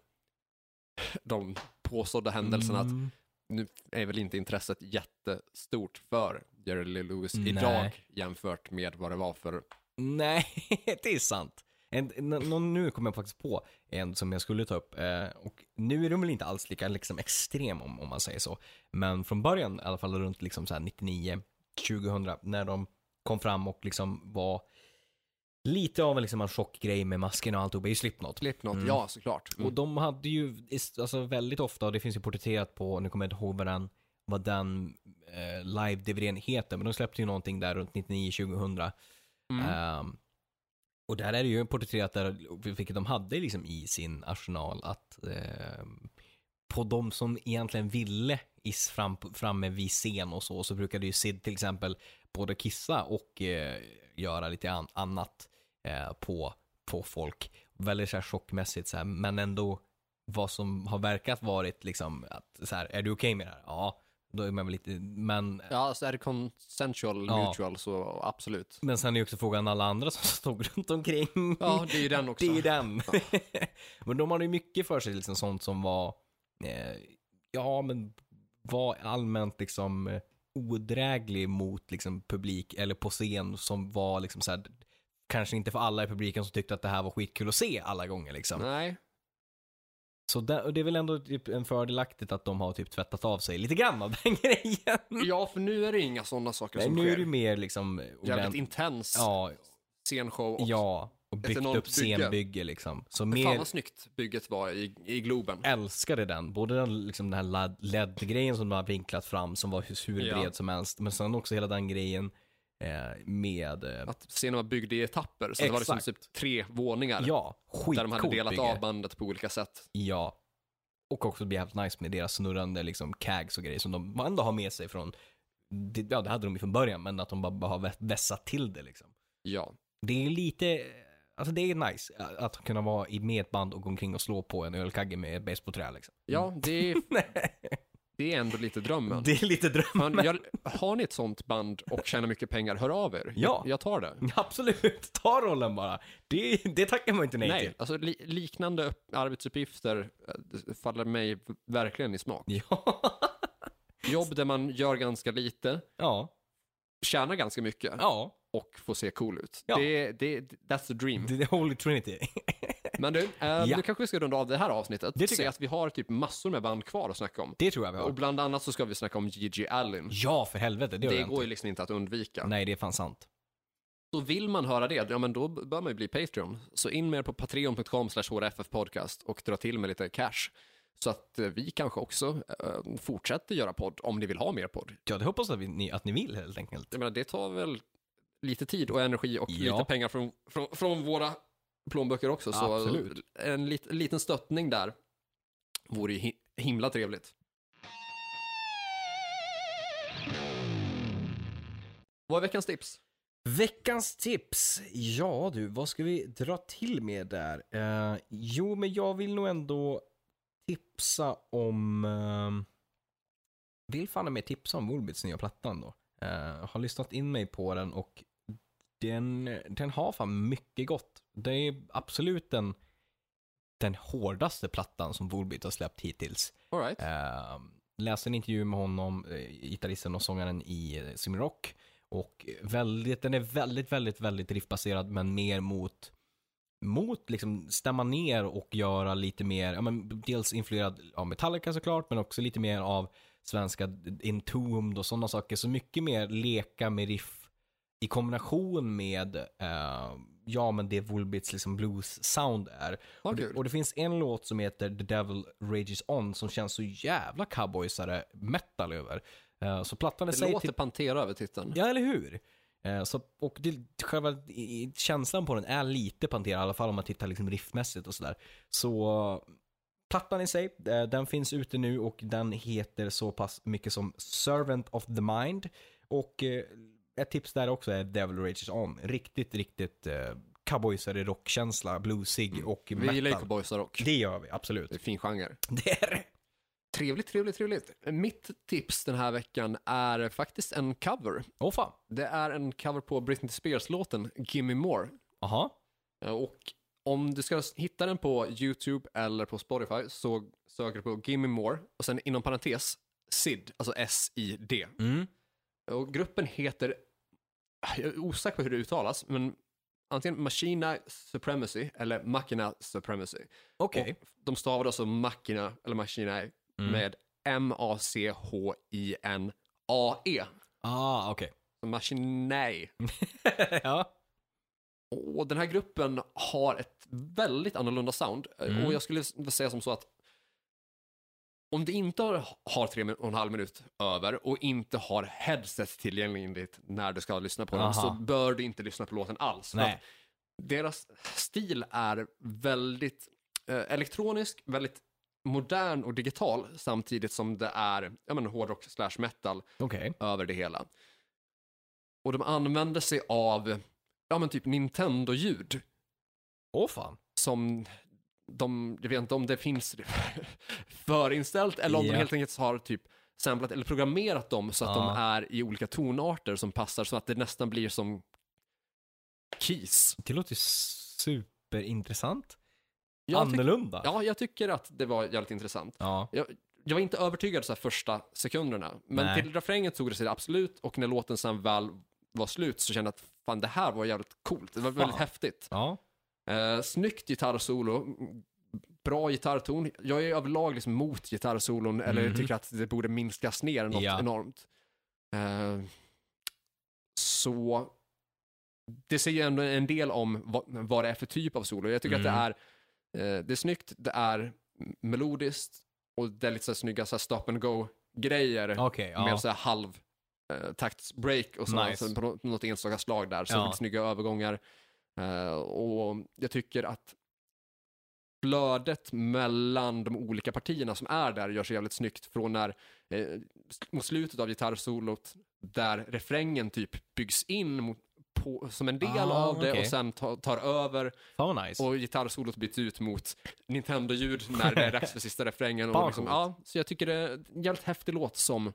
de påstådda händelserna att Mm. nu är väl inte intresset jättestort för Jerry Lee Lewis Nej. idag jämfört med vad det var för Nej, det är sant. En, n- n- nu kommer jag faktiskt på en som jag skulle ta upp. Eh, och nu är de väl inte alls lika liksom, extrem om, om man säger så. Men från början, i alla fall runt liksom, så här nittionio tjugohundra, när de kom fram och liksom var lite av en, liksom, en chockgrej med masken och allt och i Slipknot. Slipknot, Mm. ja såklart. Mm. Och de hade ju ist- alltså, väldigt ofta, och det finns ju porträtterat på, nu kommer jag inte ihåg vad den, vad den eh, live-D V D:n heter, men de släppte ju någonting där runt nittionio tjugohundra. Mm. Ehm, och där är det ju porträtterat där, vilket de hade liksom i sin arsenal, att ehm, på de som egentligen ville is fram, framme vid scen och så, så brukade ju Sid till exempel både kissa och eh, göra lite an- annat eh, på, på folk. Väldigt så här chockmässigt så här, men ändå vad som har verkat varit liksom att så här, är du okej med det här? Ja, då är man väl lite, men Ja, så är det consensual, Ja. mutual, så absolut. men sen är ju också frågan alla andra som stod runt omkring. Ja, det är ju den också. Det är den. Men de hade ju mycket för sig, liksom sånt som var, eh, ja men var allmänt liksom eh, odräglig mot liksom publik eller på scen som var liksom så här, kanske inte för alla i publiken som tyckte att det här var skitkul att se alla gånger liksom. Nej, Så det, och det är väl ändå typ en fördelaktigt att de har typ tvättat av sig lite grann av den grejen. ja för nu är det inga sådana saker Nej, som nu sker. är det mer liksom Jävligt ordent- intens Ja, scenshow och ja. Och byggt enormt upp bygge. scenbygge liksom. Så Men fan mer vad snyggt bygget var i, i Globen. älskade den. Både den, liksom, den här L E D-grejen som de har vinklat fram som var hur Ja. bred som helst. Men sen också hela den grejen eh, med... Eh, Att scenen var byggd i etapper, så det var liksom Exakt. typ tre våningar. ja, skitcoolt där de hade delat bygge. av bandet på olika sätt. Ja. Och också blir jävligt nice med deras snurrande liksom cags och grejer som de ändå har med sig från, det, ja det hade de ju från början, men att de bara, bara har vä- vässat till det liksom. Ja. Det är lite, alltså det är nice att kunna vara i med ett band och gå omkring och slå på en ölkagge med ett basebollträ liksom. Ja, det är, det är ändå lite drömmen. Det är lite drömmen. Fan, jag, har ni ett sånt band och tjänar mycket pengar, hör av er. Ja. Jag, jag tar det. Absolut, ta rollen bara. Det, det tackar man inte nej, Nej, till. alltså li, liknande upp, arbetsuppgifter eh, faller mig verkligen i smak. Ja. Jobb där man gör ganska lite, Ja. tjänar ganska mycket Ja. och får se cool ut. Ja. Det, det, that's the dream. Det är the Holy Trinity. Men du, eh, Ja. nu kanske vi ska runda av det här avsnittet. Det tycker Se jag. att vi har typ massor med band kvar att snacka om. Det tror jag vi har. Och bland annat så ska vi snacka om Gigi Allen. Ja, för helvete. Det, Det, gör jag går ju inte. liksom inte att undvika. Nej, det är fan sant. Så vill man höra det, ja men då bör man ju bli Patreon. Så in med er på patreon punkt com slash h r f f podcast och dra till med lite cash. Så att eh, vi kanske också eh, fortsätter göra podd om ni vill ha mer podd. Ja, det hoppas jag att ni, att ni vill helt enkelt. Jag menar, det tar väl lite tid och energi och Ja. lite pengar från, från, från våra plånböcker också. Så Absolut. en lit, liten stöttning där vore ju hi- himla trevligt. Vad är veckans tips? Veckans tips. Ja du, vad ska vi dra till med där? Eh, jo, men jag vill nog ändå tipsa om... Uh, vill fan med tipsa om Volbeats nya plattan då. Uh, har lyssnat in mig på den och den, den har fan mycket gott. Det är absolut den, den hårdaste plattan som Volbeat har släppt hittills. All right. Uh, läste en intervju med honom, uh, gitarristen och sångaren i uh, Simrock. Och väldigt, den är väldigt, väldigt, väldigt riffbaserad, men mer mot, mot liksom stämma ner och göra lite mer, ja men dels influerad av Metallica såklart, men också lite mer av svenska Entombed och sådana saker. Så mycket mer leka med riff i kombination med, uh, ja men det Volbeats liksom blues sound är. Vad Och det, kul. och det finns en låt som heter The Devil Rages On som känns så jävla cowboysare metal över. Uh, så plattan är Det sig låter till... Pantera över titeln. Ja, eller hur? Eh, så, och det, själva i, i, känslan på den är lite Pantera, i alla fall om man tittar liksom riffmässigt och sådär. Så plattan i sig, eh, den finns ute nu och den heter så pass mycket som Servant of the Mind. Och eh, ett tips där också är Devil Rages On. Riktigt, riktigt eh, cowboysare rockkänsla, bluesig och Vi metal. gillar ju cowboysrock. Det gör vi, absolut. Det är fin genre. Det är det. Trevligt, trevligt, trevligt. Mitt tips den här veckan är faktiskt en cover. Åh fan. Det är en cover på Britney Spears-låten Gimme More. Aha. Och om du ska hitta den på YouTube eller på Spotify så söker du på Gimme More och sen inom parentes S I D, alltså S I D. Mm. Och gruppen heter, jag är osäker på hur det uttalas, men antingen Machina Supremacy eller Machina Supremacy. Okej. Och de stavar alltså Machina eller Machina Mm. med M A C H I N A E. Ah, okej. Så Machinai. Ja. Och den här gruppen har ett väldigt annorlunda sound. Mm. Och jag skulle säga som så att om du inte har, har tre och en halv minut över och inte har headset tillgängligt när du ska lyssna på den, Aha. så bör du inte lyssna på låten alls. För Nej. att deras stil är väldigt eh, elektronisk, väldigt modern och digital, samtidigt som det är ja, men, hårdrock slash metal Okej. över det hela. Och de använder sig av ja, men typ Nintendo-ljud Åh fan. som de, jag vet inte om det finns förinställt eller om Ja. de helt enkelt har typ samplat eller programmerat dem så att Ja. de är i olika tonarter som passar så att det nästan blir som keys. Det låter superintressant. Jag, tyck, Annorlunda. ja, jag tycker att det var jävligt intressant. Ja. Jag, jag var inte övertygad så här första sekunderna, men Nej. till refrängen tog det sig absolut och när låten sen väl var slut så kände jag att fan, det här var jävligt coolt. Det var väldigt Fan. häftigt. Ja. Eh, snyggt gitarrsolo, bra gitarrton. Jag är överlag liksom mot gitarrsolon eller Mhm. tycker att det borde minskas ner något Ja. enormt. Eh, så det säger ju ändå en del om vad, vad det är för typ av solo. Jag tycker Mm. att det är, eh, det är snyggt, det är melodiskt och det är lite så här snygga så här stop and go grejer Okej, ja. med så här halv eh, taktsbreak och så, Nice. så på något, något enstaka slag där, så Ja. lite snygga övergångar. Eh, och jag tycker att flödet mellan de olika partierna som är där gör sig jävligt snyggt, från när eh, mot slutet av gitarrsolot där refrängen typ byggs in mot, på, som en del Ah, av det okej. och sen ta, tar över Fan vad nice. och gitarrsolot byts ut mot Nintendo-ljud när det är dags för sista refrängen. Fan, Och liksom, coolt. ja, så jag tycker det är en jävligt häftig låt som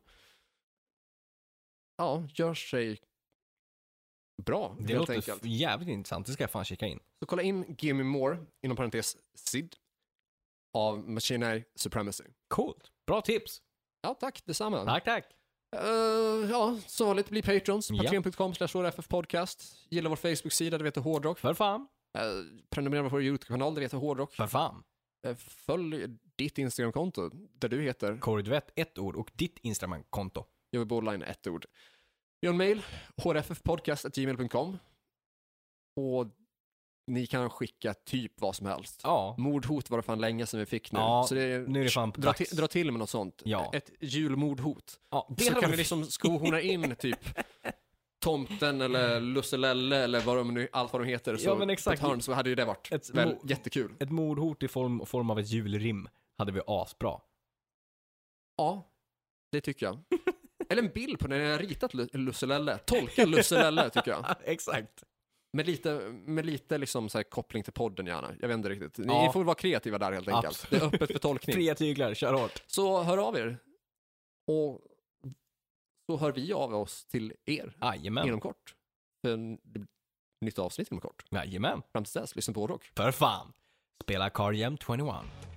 ja, gör sig bra, Det helt låter enkelt. f- jävligt intressant, det ska jag fan kika in. Så kolla in Gimme More, inom parentes S I D, av Machinery Supremacy. Coolt. Bra tips. Ja, tack, detsamma. Tack, tack. Uh, ja, som vanligt, bli patrons. Ja. Patreon punkt com slash R F F podcast. Gilla vår Facebook-sida, det vet du Hårdrock. För fan. Uh, prenumerera på vår YouTube-kanal, det vet du Hårdrock. För fan. Uh, följ ditt Instagram-konto, där du heter Corey Duvett, ett ord, och ditt Instagram-konto. Joey Borderline, ett ord. Vi har en mail, h r f f podcast at gmail punkt com. Och ni kan skicka typ vad som helst. Ja. Mordhot var det fan länge sedan vi fick nu. Ja, så det är, nu är det fan dra, dags. till, dra till med något sånt. Ja. Ett julmordhot. Ja, det Så hade kan vi varit- liksom skohorna in typ tomten eller Lusselelle eller vad de nu, allt vad de heter. Så Ja, men exakt. på ett hörn så hade ju det varit Ett väl mo- jättekul. Ett mordhot i form, form av ett julrim hade vi asbra. Ja, det tycker jag. Eller en bild på när jag har ritat Lu- Lusselelle. Tolka Lusselelle tycker jag. Exakt. Med lite, med lite liksom så här koppling till podden gärna. Jag vet inte riktigt. Ni Ja. får vara kreativa där helt enkelt. Absolut. Det är öppet för tolkning. Fria tyglar, kör hårt. Så hör av er. Och så hör vi av oss till er Jajamän. inom kort. För en det blir nytt avsnitt inom kort. Jajamän. Fram tills dess, lyssna på Rock. För fan. Spela Car Jam tjugoett.